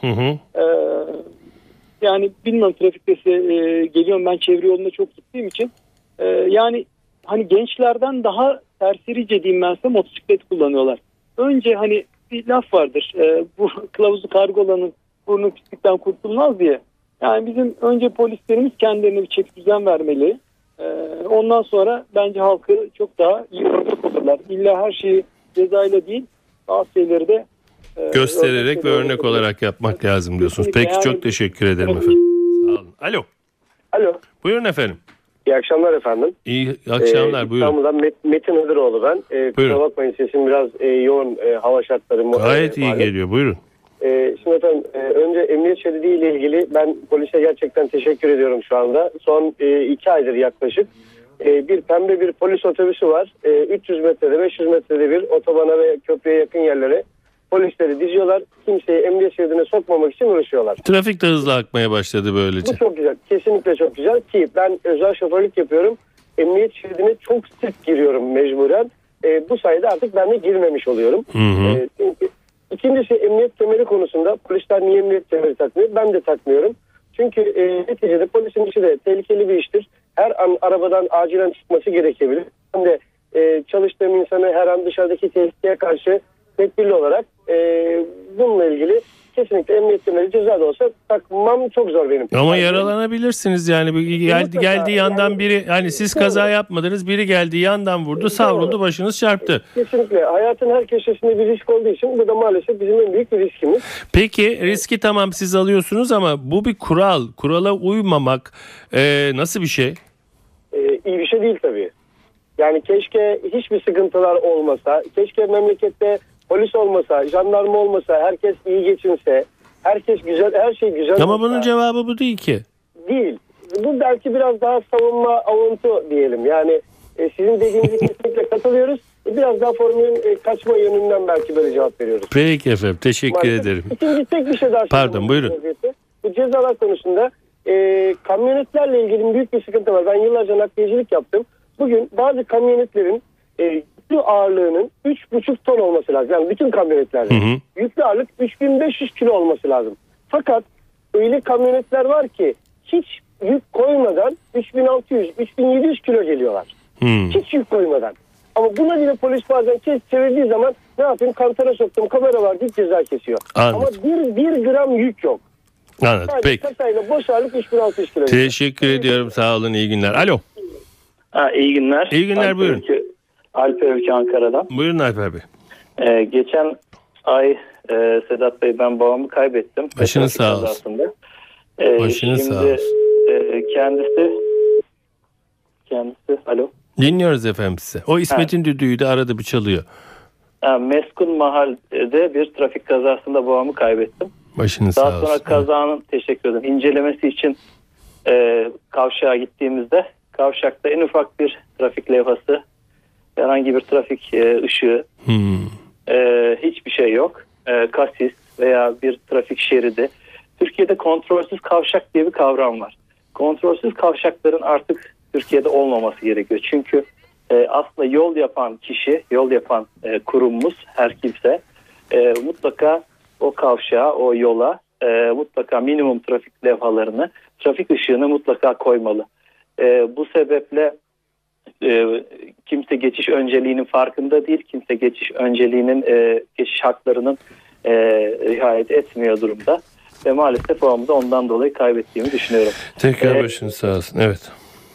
Yani bilmiyorum, trafikte geliyorum ben, çevre yolunda çok gittiğim için. Yani hani gençlerden daha serserice diyeyim ben size, motosiklet kullanıyorlar. Önce hani bir laf vardır, bu kılavuzu kargolanın burnu pislikten kurtulmaz diye. Yani bizim önce polislerimiz kendilerine bir çeki düzen vermeli. Ondan sonra bence halkı çok daha iyi örnek olurlar. İlla her şeyi cezayla değil, bazı şeyleri de göstererek ve örnek olarak yapmak lazım diyorsunuz. Peki yani, çok teşekkür ederim efendim. Sağ olun. Alo. Buyurun efendim. İyi akşamlar efendim. İyi akşamlar, buyurun. İstanbul'dan Metin Hıdıroğlu ben. Kusura bakmayın, sesim biraz yoğun, hava şartları. Gayet iyi geliyor, buyurun. Şimdi efendim, önce emniyet şeridi ile ilgili ben polise gerçekten teşekkür ediyorum şu anda. Son 2 aydır yaklaşık bir pembe bir polis otobüsü var. 300 metrede 500 metrede bir otobana ve köprüye yakın yerlere polisleri diziyorlar. Kimseyi emniyet şeridine sokmamak için uğraşıyorlar. Trafik de hızlı akmaya başladı böylece. Bu çok güzel. Kesinlikle çok güzel ki ben özel şoförlük yapıyorum. Emniyet şeridine çok sık giriyorum mecburen. Bu sayede artık ben de girmemiş oluyorum. İkincisi, emniyet kemeri konusunda polisler niye emniyet kemeri takmıyor? Ben de takmıyorum. Çünkü neticede polisin işi de tehlikeli bir iştir. Her an arabadan acilen çıkması gerekebilir. Ben de çalıştığım insanı her an dışarıdaki tehlikeye karşı tedbirli olarak bununla ilgili kesinlikle emniyet kemeri ceza da olsa takmam çok zor benim. Ama yaralanabilirsiniz yani. Geldiği yandan biri, yani siz kaza yapmadınız, biri geldi yandan vurdu, savruldu, başınız çarptı. Kesinlikle. Hayatın her köşesinde bir risk olduğu için bu da maalesef bizim en büyük bir riskimiz. Peki riski tamam siz alıyorsunuz ama bu bir kural. Kurala uymamak nasıl bir şey? İyi bir şey değil tabii. Yani keşke hiçbir sıkıntılar olmasa, keşke memlekette polis olmasa, jandarma olmasa, herkes iyi geçinse, herkes güzel, her şey güzel. Ama bunun cevabı bu değil ki. Değil. Bu belki biraz daha savunma, avuntu diyelim. Yani sizin dediğinize kesinlikle katılıyoruz. Biraz daha formülün kaçma yönünden belki böyle cevap veriyoruz. Peki efendim, teşekkür ederim. İkinci tek bir şey daha. Pardon, buyurun. Bu cezalar konusunda kamyonetlerle ilgili büyük bir sıkıntı var. Ben yıllarca nakliyecilik yaptım. Bugün bazı kamyonetlerin yüklü ağırlığının 3,5 ton olması lazım. Yani bütün kamyonetlerde. Yüklü ağırlık 3500 kilo olması lazım. Fakat öyle kamyonetler var ki hiç yük koymadan 3600-3700 kilo geliyorlar. Hiç yük koymadan. Ama buna bile polis bazen çevirdiği zaman ne yapayım, kantara soktum, kamera var deyip ceza kesiyor. Anladım. Ama bir gram yük yok. Anladım. Sadece peki. kasayla boş ağırlık 3600 kilo. Teşekkür ediyorum, sağ olun, iyi günler. Alo. İyi günler. İyi günler, buyurun. Alper Ülke Ankara'dan. Buyurun Alper Bey. Geçen ay Sedat Bey, ben babamı kaybettim. Başınız sağ olsun. Başınız sağ olsun. Kendisi alo. Dinliyoruz efendim size. O İsmet'in düdüğü de arada bir çalıyor. Meskun Mahal'de bir trafik kazasında babamı kaybettim. Başınız sağ olsun. Daha sonra kazanın, teşekkür ederim, incelemesi için kavşağa gittiğimizde kavşakta en ufak bir trafik levhası, herhangi bir trafik ışığı, hiçbir şey yok. Kasis veya bir trafik şeridi. Türkiye'de kontrolsüz kavşak diye bir kavram var. Kontrolsüz kavşakların artık Türkiye'de olmaması gerekiyor. Çünkü aslında yol yapan kişi, yol yapan kurumumuz, her kimse mutlaka o kavşağa, o yola mutlaka minimum trafik levhalarını, trafik ışığını mutlaka koymalı. Bu sebeple kimse geçiş önceliğinin farkında değil, kimse geçiş önceliğinin, geçiş haklarının riayet etmiyor durumda. Ve maalesef babamı da ondan dolayı kaybettiğimi düşünüyorum. Tekrar başınız sağ olsun. Evet.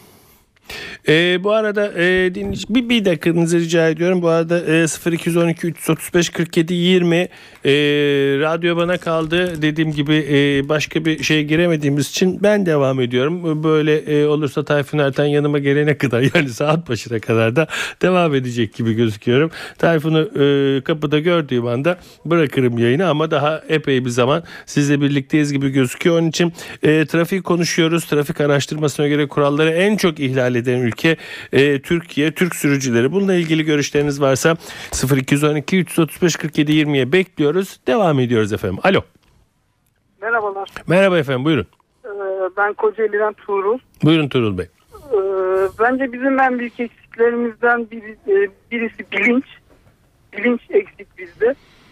Bu arada bir dakikanızı rica ediyorum. Bu arada 0212 335 47 20 radyo bana kaldı. Dediğim gibi başka bir şeye giremediğimiz için ben devam ediyorum. Böyle olursa Tayfun Erten yanıma gelene kadar, yani saat başına kadar da devam edecek gibi gözüküyorum. Tayfun'u kapıda gördüğüm anda bırakırım yayını, ama daha epey bir zaman sizle birlikteyiz gibi gözüküyor. Onun için trafik konuşuyoruz. Trafik araştırmasına göre kuralları en çok ihlal eden ülke Türkiye, Türk sürücüleri. Bununla ilgili görüşleriniz varsa 0212 335 47 20'ye bekliyoruz. Devam ediyoruz efendim. Alo. Merhabalar. Merhaba efendim, buyurun. Ben Kocaeli'den Tuğrul. Buyurun Tuğrul Bey. Bence bizim en büyük eksiklerimizden birisi bilinç. Bilinç eksik bizde.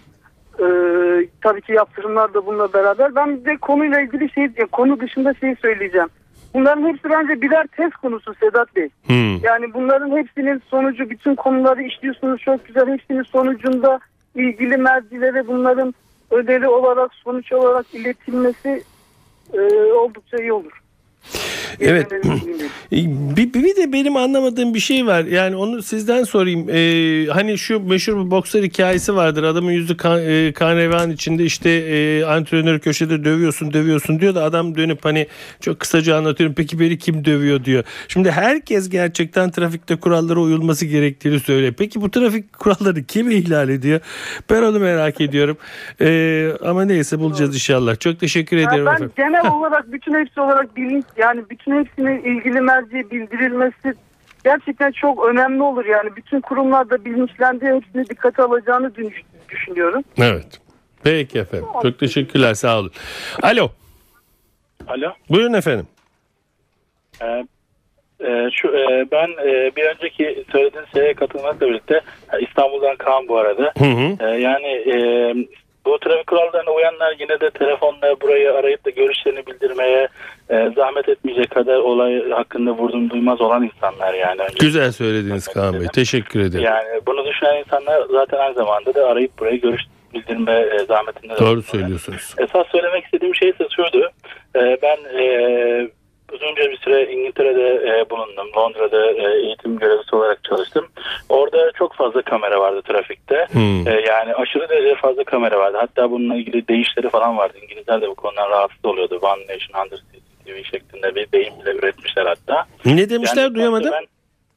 Tabii ki yaptırımlar da bununla beraber. Ben bir de konuyla ilgili konu dışında söyleyeceğim. Bunların hepsi bence birer test konusu Sedat Bey. Yani bunların hepsinin sonucu, bütün konuları işliyorsunuz çok güzel. Hepsinin sonucunda ilgili mercilere bunların ödeli olarak, sonuç olarak iletilmesi oldukça iyi olur. Evet. Bir de benim anlamadığım bir şey var. Yani onu sizden sorayım. Hani şu meşhur bir boksör hikayesi vardır. Adamın yüzü kan revan içinde, işte antrenör köşede dövüyorsun diyor da adam dönüp hani çok kısaca anlatıyorum. Peki beni kim dövüyor diyor. Şimdi herkes gerçekten trafikte kurallara uyulması gerektiğini söylüyor. Peki bu trafik kuralları kim ihlal ediyor? Ben onu merak ediyorum. Ama neyse, bulacağız inşallah. Çok teşekkür ederim efendim. Ben genel olarak bütün hepsi olarak bilinç, yani bütün hepsinin ilgili merciye bildirilmesi gerçekten çok önemli olur. Yani bütün kurumlarda bilinçlendiği, hepsini dikkate alacağını düşünüyorum. Evet. Peki efendim. Çok teşekkürler. Sağ olun. Alo. Alo. Buyurun efendim. Ben bir önceki söylediğiniz şeye katılmakla birlikte İstanbul'dan Kaan bu arada. Bu trafik kurallarına uyanlar yine de telefonla burayı arayıp da görüşlerini bildirmeye zahmet etmeyecek kadar olay hakkında vurdum duymaz olan insanlar yani. Güzel söylediniz Kaan Bey. Teşekkür ederim. Yani bunu düşünen insanlar zaten aynı zamanda da arayıp buraya görüş bildirme zahmetinde. Doğru söylüyorsunuz. Esas söylemek istediğim şey ise şuydu. Ben uzunca bir süre İngiltere'de bulundum. Londra'da eğitim görevlisi olarak çalıştım. Orada çok fazla kamera vardı trafikte. Yani aşırı derece fazla kamera vardı. Hatta bununla ilgili deyişleri falan vardı. İngilizler de bu konudan rahatsız oluyordu. One Nation Under CCTV şeklinde bir deyim bile üretmişler hatta. Ne demişler, yani, duyamadım?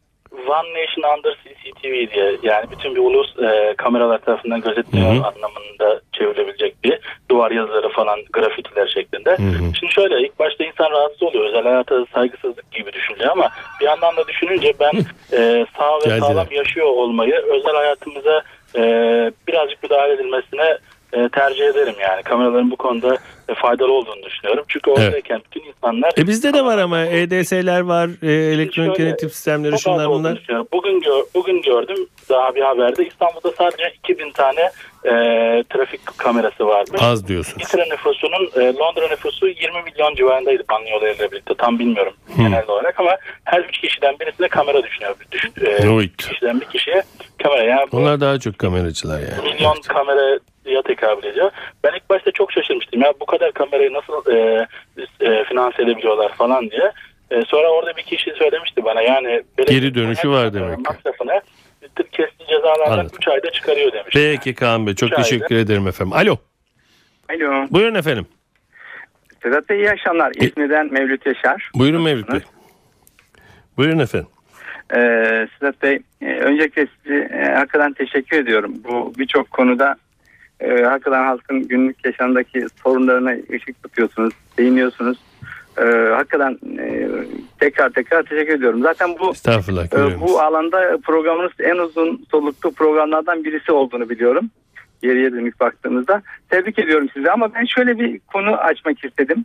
One Nation Under CCTV diye, yani bütün bir ulus kameralar tarafından gözetiliyor anlamında anda çevrilebilecek bir duvar yazıları falan, grafitiler şeklinde. Şimdi şöyle, ilk başta insan rahatsız oluyor. Özel hayata saygısızlık gibi düşünülüyor ama bir yandan da düşününce ben sağ ve sağlam yaşıyor olmayı, özel hayatımıza birazcık müdahale edilmesine tercih ederim yani. Kameraların bu konuda faydalı olduğunu düşünüyorum. Çünkü oradayken bütün insanlar... bizde de var ama EDS'ler var, elektronik denetim sistemleri, şunlar bunlar. Bugün gördüm daha bir haberde, İstanbul'da sadece 2000 tane trafik kamerası varmış. Az diyorsun. İngiltere nüfusunun, Londra nüfusu 20 milyon civarındaydı banyolarıyla birlikte. Tam bilmiyorum genel olarak ama her 3 kişiden birisine kamera düşünüyor. 3 kişiden bir kişiye kamera. Yani onlar daha çok kameracılar yani. Milyon kameraya tekabül ediyor. Ben ilk başta çok şaşırmıştım. Ya bu kadar kamerayı nasıl finanse edebiliyorlar falan diye. Sonra orada bir kişi söylemişti bana, yani geri dönüşü var demek. Masrafını kesici cezalardan 3 ayda çıkarıyor demiş. Peki Kaan Bey, çok teşekkür ederim efendim. Alo. Buyurun efendim. Sedat Bey, iyi akşamlar. İzmir'den Mevlüt Yaşar. Buyurun Mevlüt Bey. Buyurun efendim. Sedat Bey, öncelikle size hakikaten teşekkür ediyorum. Bu birçok konuda hakikaten halkın günlük yaşamdaki sorunlarına ışık tutuyorsunuz, değiniyorsunuz. Hakikaten tekrar teşekkür ediyorum. Zaten bu alanda programınız en uzun soluklu programlardan birisi olduğunu biliyorum. Geriye dönük baktığımızda. Tebrik ediyorum sizi ama ben şöyle bir konu açmak istedim.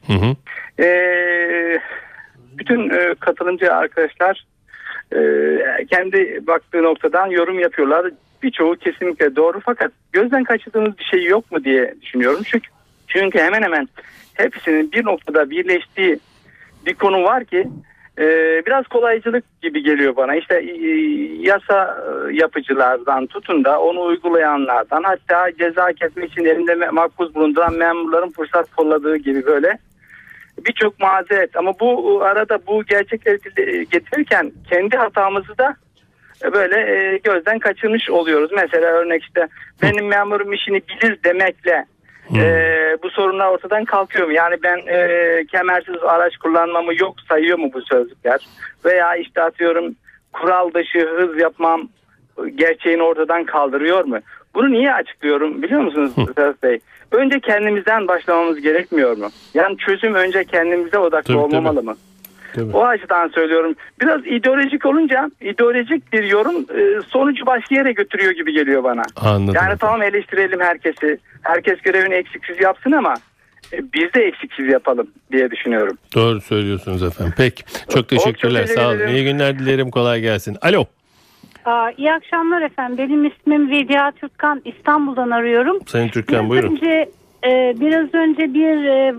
Bütün katılımcı arkadaşlar kendi baktığı noktadan yorum yapıyorlar. Birçoğu kesinlikle doğru, fakat gözden kaçırdığımız bir şey yok mu diye düşünüyorum. Çünkü hemen hemen hepsinin bir noktada birleştiği bir konu var ki biraz kolaycılık gibi geliyor bana. İşte yasa yapıcılardan tutun da onu uygulayanlardan, hatta ceza kesmek için elinde makbuz bulunduran memurların fırsat kolladığı gibi böyle birçok mazeret. Ama bu arada bu gerçekleri getirirken kendi hatamızı da böyle gözden kaçırmış oluyoruz. Mesela örnek işte benim memurum işini bilir demekle bu sorunlar ortadan kalkıyor mu? Yani ben kemersiz araç kullanmamı yok sayıyor mu bu sözlükler? Veya işte atıyorum kural dışı hız yapmam gerçeğini ortadan kaldırıyor mu? Bunu niye açıklıyorum biliyor musunuz Sedat Bey? Önce kendimizden başlamamız gerekmiyor mu? Yani çözüm önce kendimize odaklı olmamalı mı? Tabii. O açıdan söylüyorum. Biraz ideolojik olunca ideolojik bir yorum sonucu başka yere götürüyor gibi geliyor bana. Anladım. Yani tamam, eleştirelim herkesi. Herkes görevini eksiksiz yapsın ama biz de eksiksiz yapalım diye düşünüyorum. Doğru söylüyorsunuz efendim. Peki. Çok teşekkürler. Sağ olun. İyi günler dilerim. Kolay gelsin. Alo. İyi akşamlar efendim. Benim ismim Vedia Türkkan. İstanbul'dan arıyorum. Sayın Türkkan, buyurun. Biraz önce bir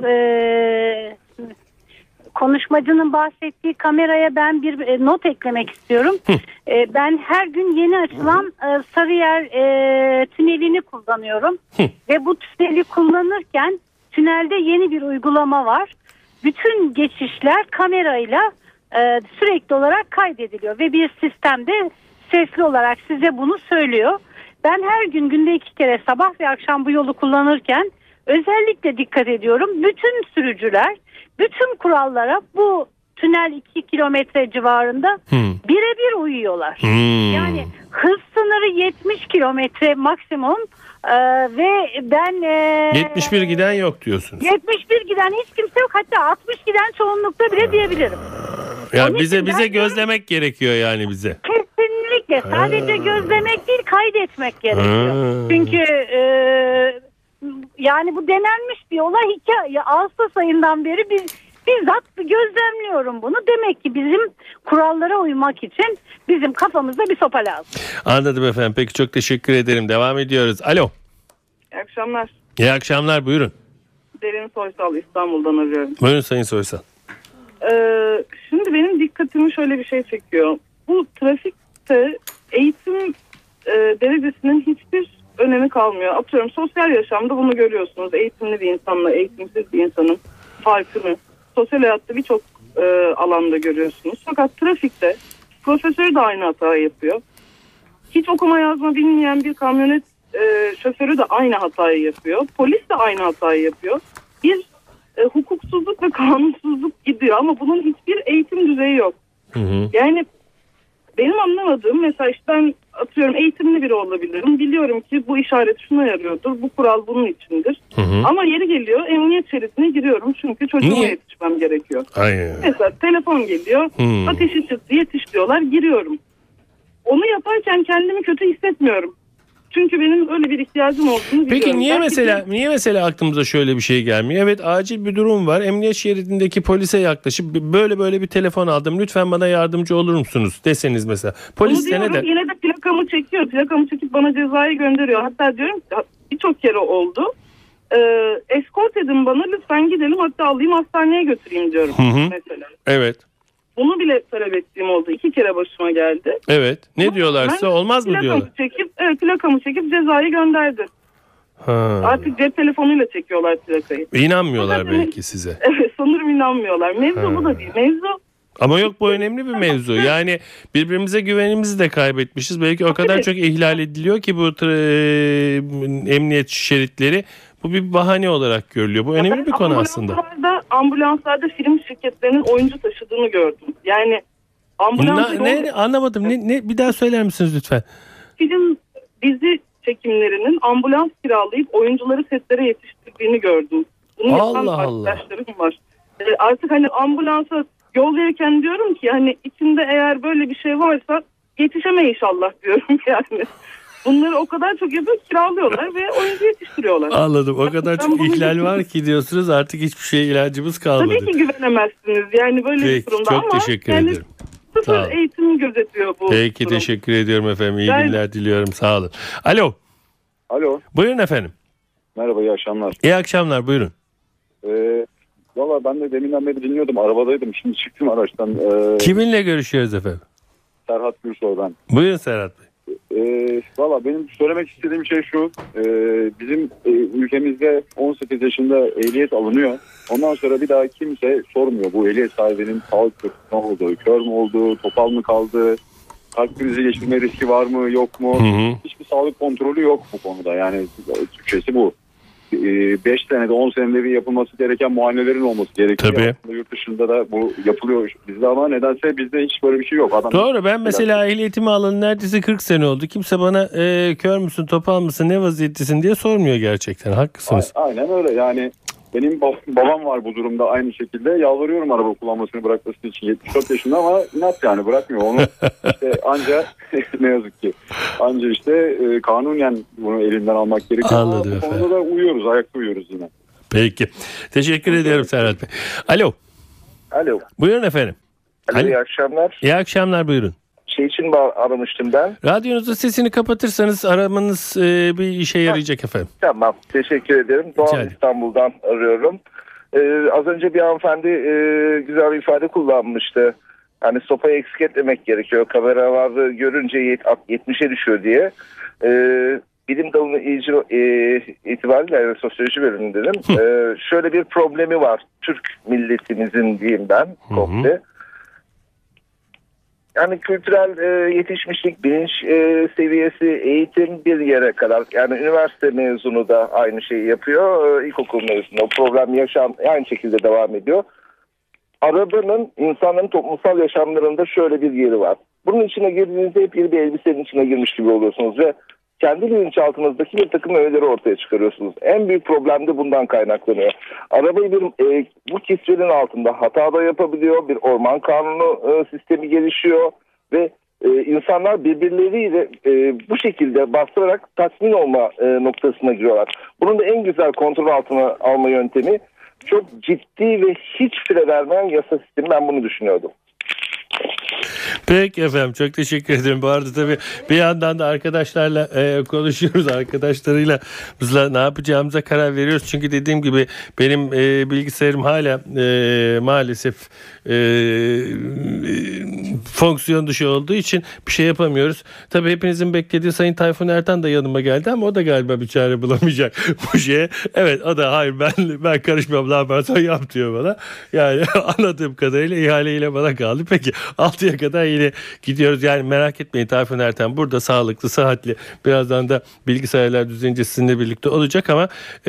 konuşmacının bahsettiği kameraya ben bir not eklemek istiyorum. Ben her gün yeni açılan Sarıyer tünelini kullanıyorum. Ve bu tüneli kullanırken tünelde yeni bir uygulama var. Bütün geçişler kamerayla sürekli olarak kaydediliyor. Ve bir sistemde sesli olarak size bunu söylüyor. Ben her gün günde 2 kere sabah ve akşam bu yolu kullanırken özellikle dikkat ediyorum. Bütün sürücüler bütün kurallara bu tünel 2 kilometre civarında birebir uyuyorlar. Yani hız sınırı 70 kilometre maksimum ve ben 71 giden yok diyorsunuz. 71 giden hiç kimse yok, hatta 60 giden çoğunlukta bile diyebilirim. Yani bize gözlemek gerekiyor yani bize. Kesinlikle. Sadece gözlemek değil, kaydetmek gerekiyor. Çünkü yani bu denenmiş bir olay. Ağustos ayından beri bizzat gözlemliyorum bunu. Demek ki bizim kurallara uymak için bizim kafamızda bir sopa lazım. Anladım efendim. Peki, çok teşekkür ederim. Devam ediyoruz. Alo. İyi akşamlar. İyi akşamlar. Buyurun. Derin Soysal, İstanbul'dan arıyorum. Buyurun Sayın Soysal. Şimdi benim dikkatimi şöyle bir şey çekiyor. Bu trafikte eğitim derecesinin hiçbir önemi kalmıyor. Atıyorum sosyal yaşamda bunu görüyorsunuz. Eğitimli bir insanla eğitimsiz bir insanın farkını sosyal hayatta birçok alanda görüyorsunuz. Fakat trafikte profesör de aynı hatayı yapıyor. Hiç okuma yazma bilmeyen bir kamyonet şoförü de aynı hatayı yapıyor. Polis de aynı hatayı yapıyor. Bir hukuksuzluk ve kanunsuzluk gidiyor ama bunun hiçbir eğitim düzeyi yok. Yani benim anlamadığım, mesela işte ben atıyorum eğitimli biri olabilirim. Biliyorum ki bu işaret şuna yarıyordur. Bu kural bunun içindir. Ama yeri geliyor emniyet şeridine giriyorum. Çünkü çocuğuma yetişmem gerekiyor. Aynen. Mesela telefon geliyor. Ateşi çıktı, yetiş diyorlar. Giriyorum. Onu yaparken kendimi kötü hissetmiyorum. Çünkü benim öyle bir ihtiyacım olduğunu biliyorum. Peki niye mesela aklımıza şöyle bir şey gelmiyor? Evet, acil bir durum var. Emniyet şeridindeki polise yaklaşıp böyle bir telefon aldım, lütfen bana yardımcı olur musunuz deseniz mesela. Polis de ne der? Yine de plakamı çekiyor. Plakamı çekip bana cezayı gönderiyor. Hatta diyorum ki birçok kere oldu. Eskort edin bana, lütfen gidelim, hatta alayım hastaneye götüreyim diyorum mesela. Evet. Bunu bile talep ettiğim oldu. 2 kere başıma geldi. Evet. Ne diyorlarsa olmaz mı diyorlar? Plakamı çekip cezayı gönderdi. Artık cep telefonuyla çekiyorlar plakayı. İnanmıyorlar belki size. Evet, sanırım inanmıyorlar. Mevzu bu da değil. Mevzu. Ama yok, bu önemli bir mevzu. Yani birbirimize güvenimizi de kaybetmişiz. Belki o kadar çok ihlal ediliyor ki bu emniyet şeritleri. Bu bir bahane olarak görülüyor. Bu önemli bir konu aslında. Ambulanslarda film şirketlerinin oyuncu taşıdığını gördüm. Yani ambulans... Anlamadım. Ne bir daha söyler misiniz lütfen? Film dizi çekimlerinin ambulans kiralayıp oyuncuları setlere yetiştirdiğini gördüm. Bunu yapan arkadaşlarım var. Artık hani ambulansa yol verirken diyorum ki hani içinde eğer böyle bir şey varsa yetişeme inşallah diyorum yani. Bunları o kadar çok yapıyor, kiralıyorlar ve oyuncu yetiştiriyorlar. Anladım. O kadar çok ihlal var ki diyorsunuz, artık hiçbir şeye ilacımız kalmadı. Tabii ki güvenemezsiniz yani böyle bir durumda, çok ama teşekkür yani ederim. sıfır eğitim gözetiyor bu Peki durum. Teşekkür ediyorum efendim. İyi günler diliyorum. Sağ olun. Alo. Alo. Buyurun efendim. Merhaba, iyi akşamlar. İyi akşamlar, buyurun. Valla ben de deminden beri dinliyordum. Arabadaydım. Şimdi çıktım araçtan. Kiminle görüşüyoruz efendim? Serhat Gürsoy ben. Buyurun Serhat Bey. Valla benim söylemek istediğim şey şu. Bizim ülkemizde 18 yaşında ehliyet alınıyor. Ondan sonra bir daha kimse sormuyor bu ehliyet sahibinin sağlık ne olduğu, kör mü olduğu, topal mı kaldı, kalp krizi geçirme riski var mı yok mu? Hiçbir sağlık kontrolü yok bu konuda. Yani Türkçesi bu. 5 senede 10 senede bir yapılması gereken muayenelerin olması gerekiyor. Tabii. Yurt dışında da bu yapılıyor bizde, ama nedense bizde hiç böyle bir şey yok. Doğru, ben mesela ehliyetimi alalı neredeyse 40 sene oldu. Kimse bana kör müsün, topal mısın, ne vaziyettesin diye sormuyor gerçekten. Haklısınız. Aynen öyle yani. Benim babam var bu durumda aynı şekilde. Yalvarıyorum araba kullanmasını bırakması için, 74 yaşında, ama inat yani, bırakmıyor onu. İşte anca ne yazık ki anca işte kanunen bunu elinden almak gerekiyor. Anladım efendim. Bu konuda da uyuyoruz, ayakta uyuyoruz yine. Peki. Teşekkür ediyorum Serhat Bey. Alo. Alo. Buyurun efendim. Alo. İyi akşamlar. İyi akşamlar, buyurun. Şey için aramıştım ben. Radyonuzun sesini kapatırsanız aramanız bir işe yarayacak efendim. Tamam, teşekkür ederim. Doğan İstanbul'dan arıyorum. Az önce bir hanımefendi güzel bir ifade kullanmıştı. Hani sopayı eksik etmemek gerekiyor. Kameraları görünce 70'e düşüyor diye. Bilim dalı itibariyle, yani sosyoloji bölümündenim. Şöyle bir problemi var. Türk milletimizin diyeyim ben. Komple. Yani kültürel yetişmişlik, bilinç seviyesi, eğitim bir yere kadar. Yani üniversite mezunu da aynı şeyi yapıyor. İlkokul mezunu. O problem aynı şekilde devam ediyor. Arabanın insanların toplumsal yaşamlarında şöyle bir yeri var. Bunun içine girdiğinizde hep bir elbisenin içine girmiş gibi oluyorsunuz ve kendi bilinçaltınızdaki bir takım öğeleri ortaya çıkarıyorsunuz. En büyük problem de bundan kaynaklanıyor. Arabayı bu kisvenin altında hata da yapabiliyor. Bir orman kanunu sistemi gelişiyor ve insanlar birbirleriyle bu şekilde bastırarak tatmin olma noktasına giriyorlar. Bunun da en güzel kontrol altına alma yöntemi çok ciddi ve hiç fire vermeyen yasa sistemi. Ben bunu düşünüyordum. Peki efendim, çok teşekkür ederim. Bu arada tabii bir yandan da arkadaşlarla konuşuyoruz. Arkadaşlarıyla ne yapacağımıza karar veriyoruz. Çünkü dediğim gibi benim bilgisayarım hala maalesef fonksiyon dışı olduğu için bir şey yapamıyoruz. Tabii hepinizin beklediği Sayın Tayfun Ertan da yanıma geldi, ama o da galiba bir çare bulamayacak bu şeye. Evet, o da hayır ben karışmam, ne yaparsan yap diyor bana. Yani anladığım kadarıyla ihaleyle bana kaldı. Peki 6'ya kadar yine gidiyoruz. Yani merak etmeyin, Tayfun Ertan burada sağlıklı, sıhhatli. Birazdan da bilgisayarlar düzenince sizinle birlikte olacak, ama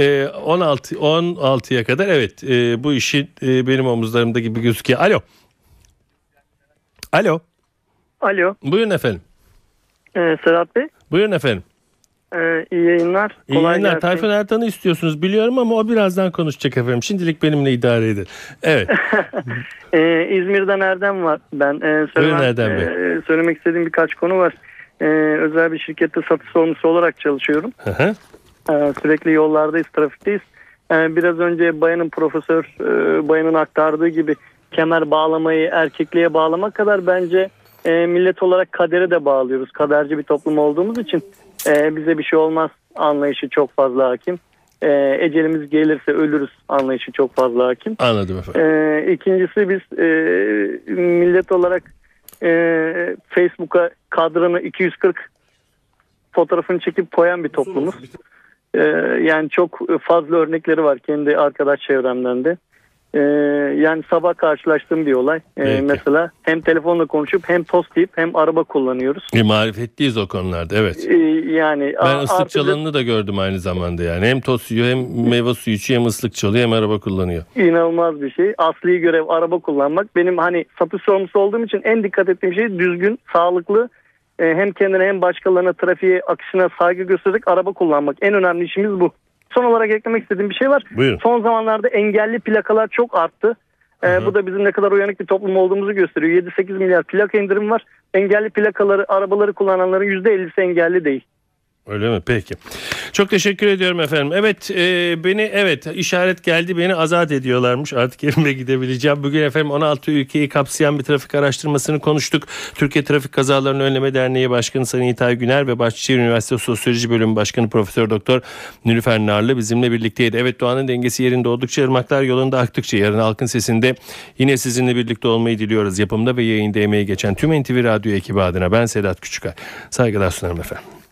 16'ya kadar evet bu işi benim omuzlarımda gibi gözüküyor. Alo. Alo. Buyurun efendim. Sedat Bey. Buyurun efendim. İyi yayınlar. İyi yayınlar. Tayfun Ertan'ı istiyorsunuz biliyorum ama o birazdan konuşacak efendim. Şimdilik benimle idare edin. Evet. İzmir'den Erdem var. Ben Buyurun Erdem Bey. Söylemek istediğim birkaç konu var. Özel bir şirkette satış sorumlusu olarak çalışıyorum. Sürekli yollardayız, trafikteyiz. Biraz önce bayanın aktardığı gibi kemer bağlamayı erkekliğe bağlamak kadar bence millet olarak kadere de bağlıyoruz. Kaderci bir toplum olduğumuz için bize bir şey olmaz anlayışı çok fazla hakim. Ecelimiz gelirse ölürüz anlayışı çok fazla hakim. Anladım efendim. İkincisi biz millet olarak Facebook'a kadranı 240 fotoğrafını çekip koyan bir toplumuz. Yani çok fazla örnekleri var kendi arkadaş çevremden de. Yani sabah karşılaştığım bir olay. Mesela hem telefonla konuşup hem tost yiyip hem araba kullanıyoruz. Marifetliyiz o konularda, evet. Yani ben ıslık çalanını da gördüm aynı zamanda yani. Hem tost yiyor hem meyve suyu içiyor hem ıslık çalıyor hem araba kullanıyor. İnanılmaz bir şey. Asli görev araba kullanmak. Benim hani satış sorumlusu olduğum için en dikkat ettiğim şey düzgün, sağlıklı, hem kendine hem başkalarına trafiğe akışına saygı göstererek araba kullanmak. En önemli işimiz bu. Son olarak eklemek istediğim bir şey var. Buyurun. Son zamanlarda engelli plakalar çok arttı. Bu da bizim ne kadar uyanık bir toplum olduğumuzu gösteriyor. 7-8 milyar plaka indirim var. Engelli plakaları, arabaları kullananların %50'si engelli değil. Öyle mi? Peki. Çok teşekkür ediyorum efendim. Evet, beni işaret geldi, beni azat ediyorlarmış. Artık evime gidebileceğim. Bugün efendim 16 ülkeyi kapsayan bir trafik araştırmasını konuştuk. Türkiye Trafik Kazalarını Önleme Derneği Başkanı Sayın İlkay Güner ve Bahçeşehir Üniversitesi Sosyoloji Bölümü Başkanı Profesör Doktor Nilüfer Narlı bizimle birlikteydi. Evet, doğanın dengesi yerinde oldukça, ırmaklar yolunda aktıkça yarın Halkın Sesi'nde yine sizinle birlikte olmayı diliyoruz. Yapımda ve yayında emeği geçen tüm NTV Radyo ekibi adına ben Sedat Küçükay. Saygılar sunarım efendim.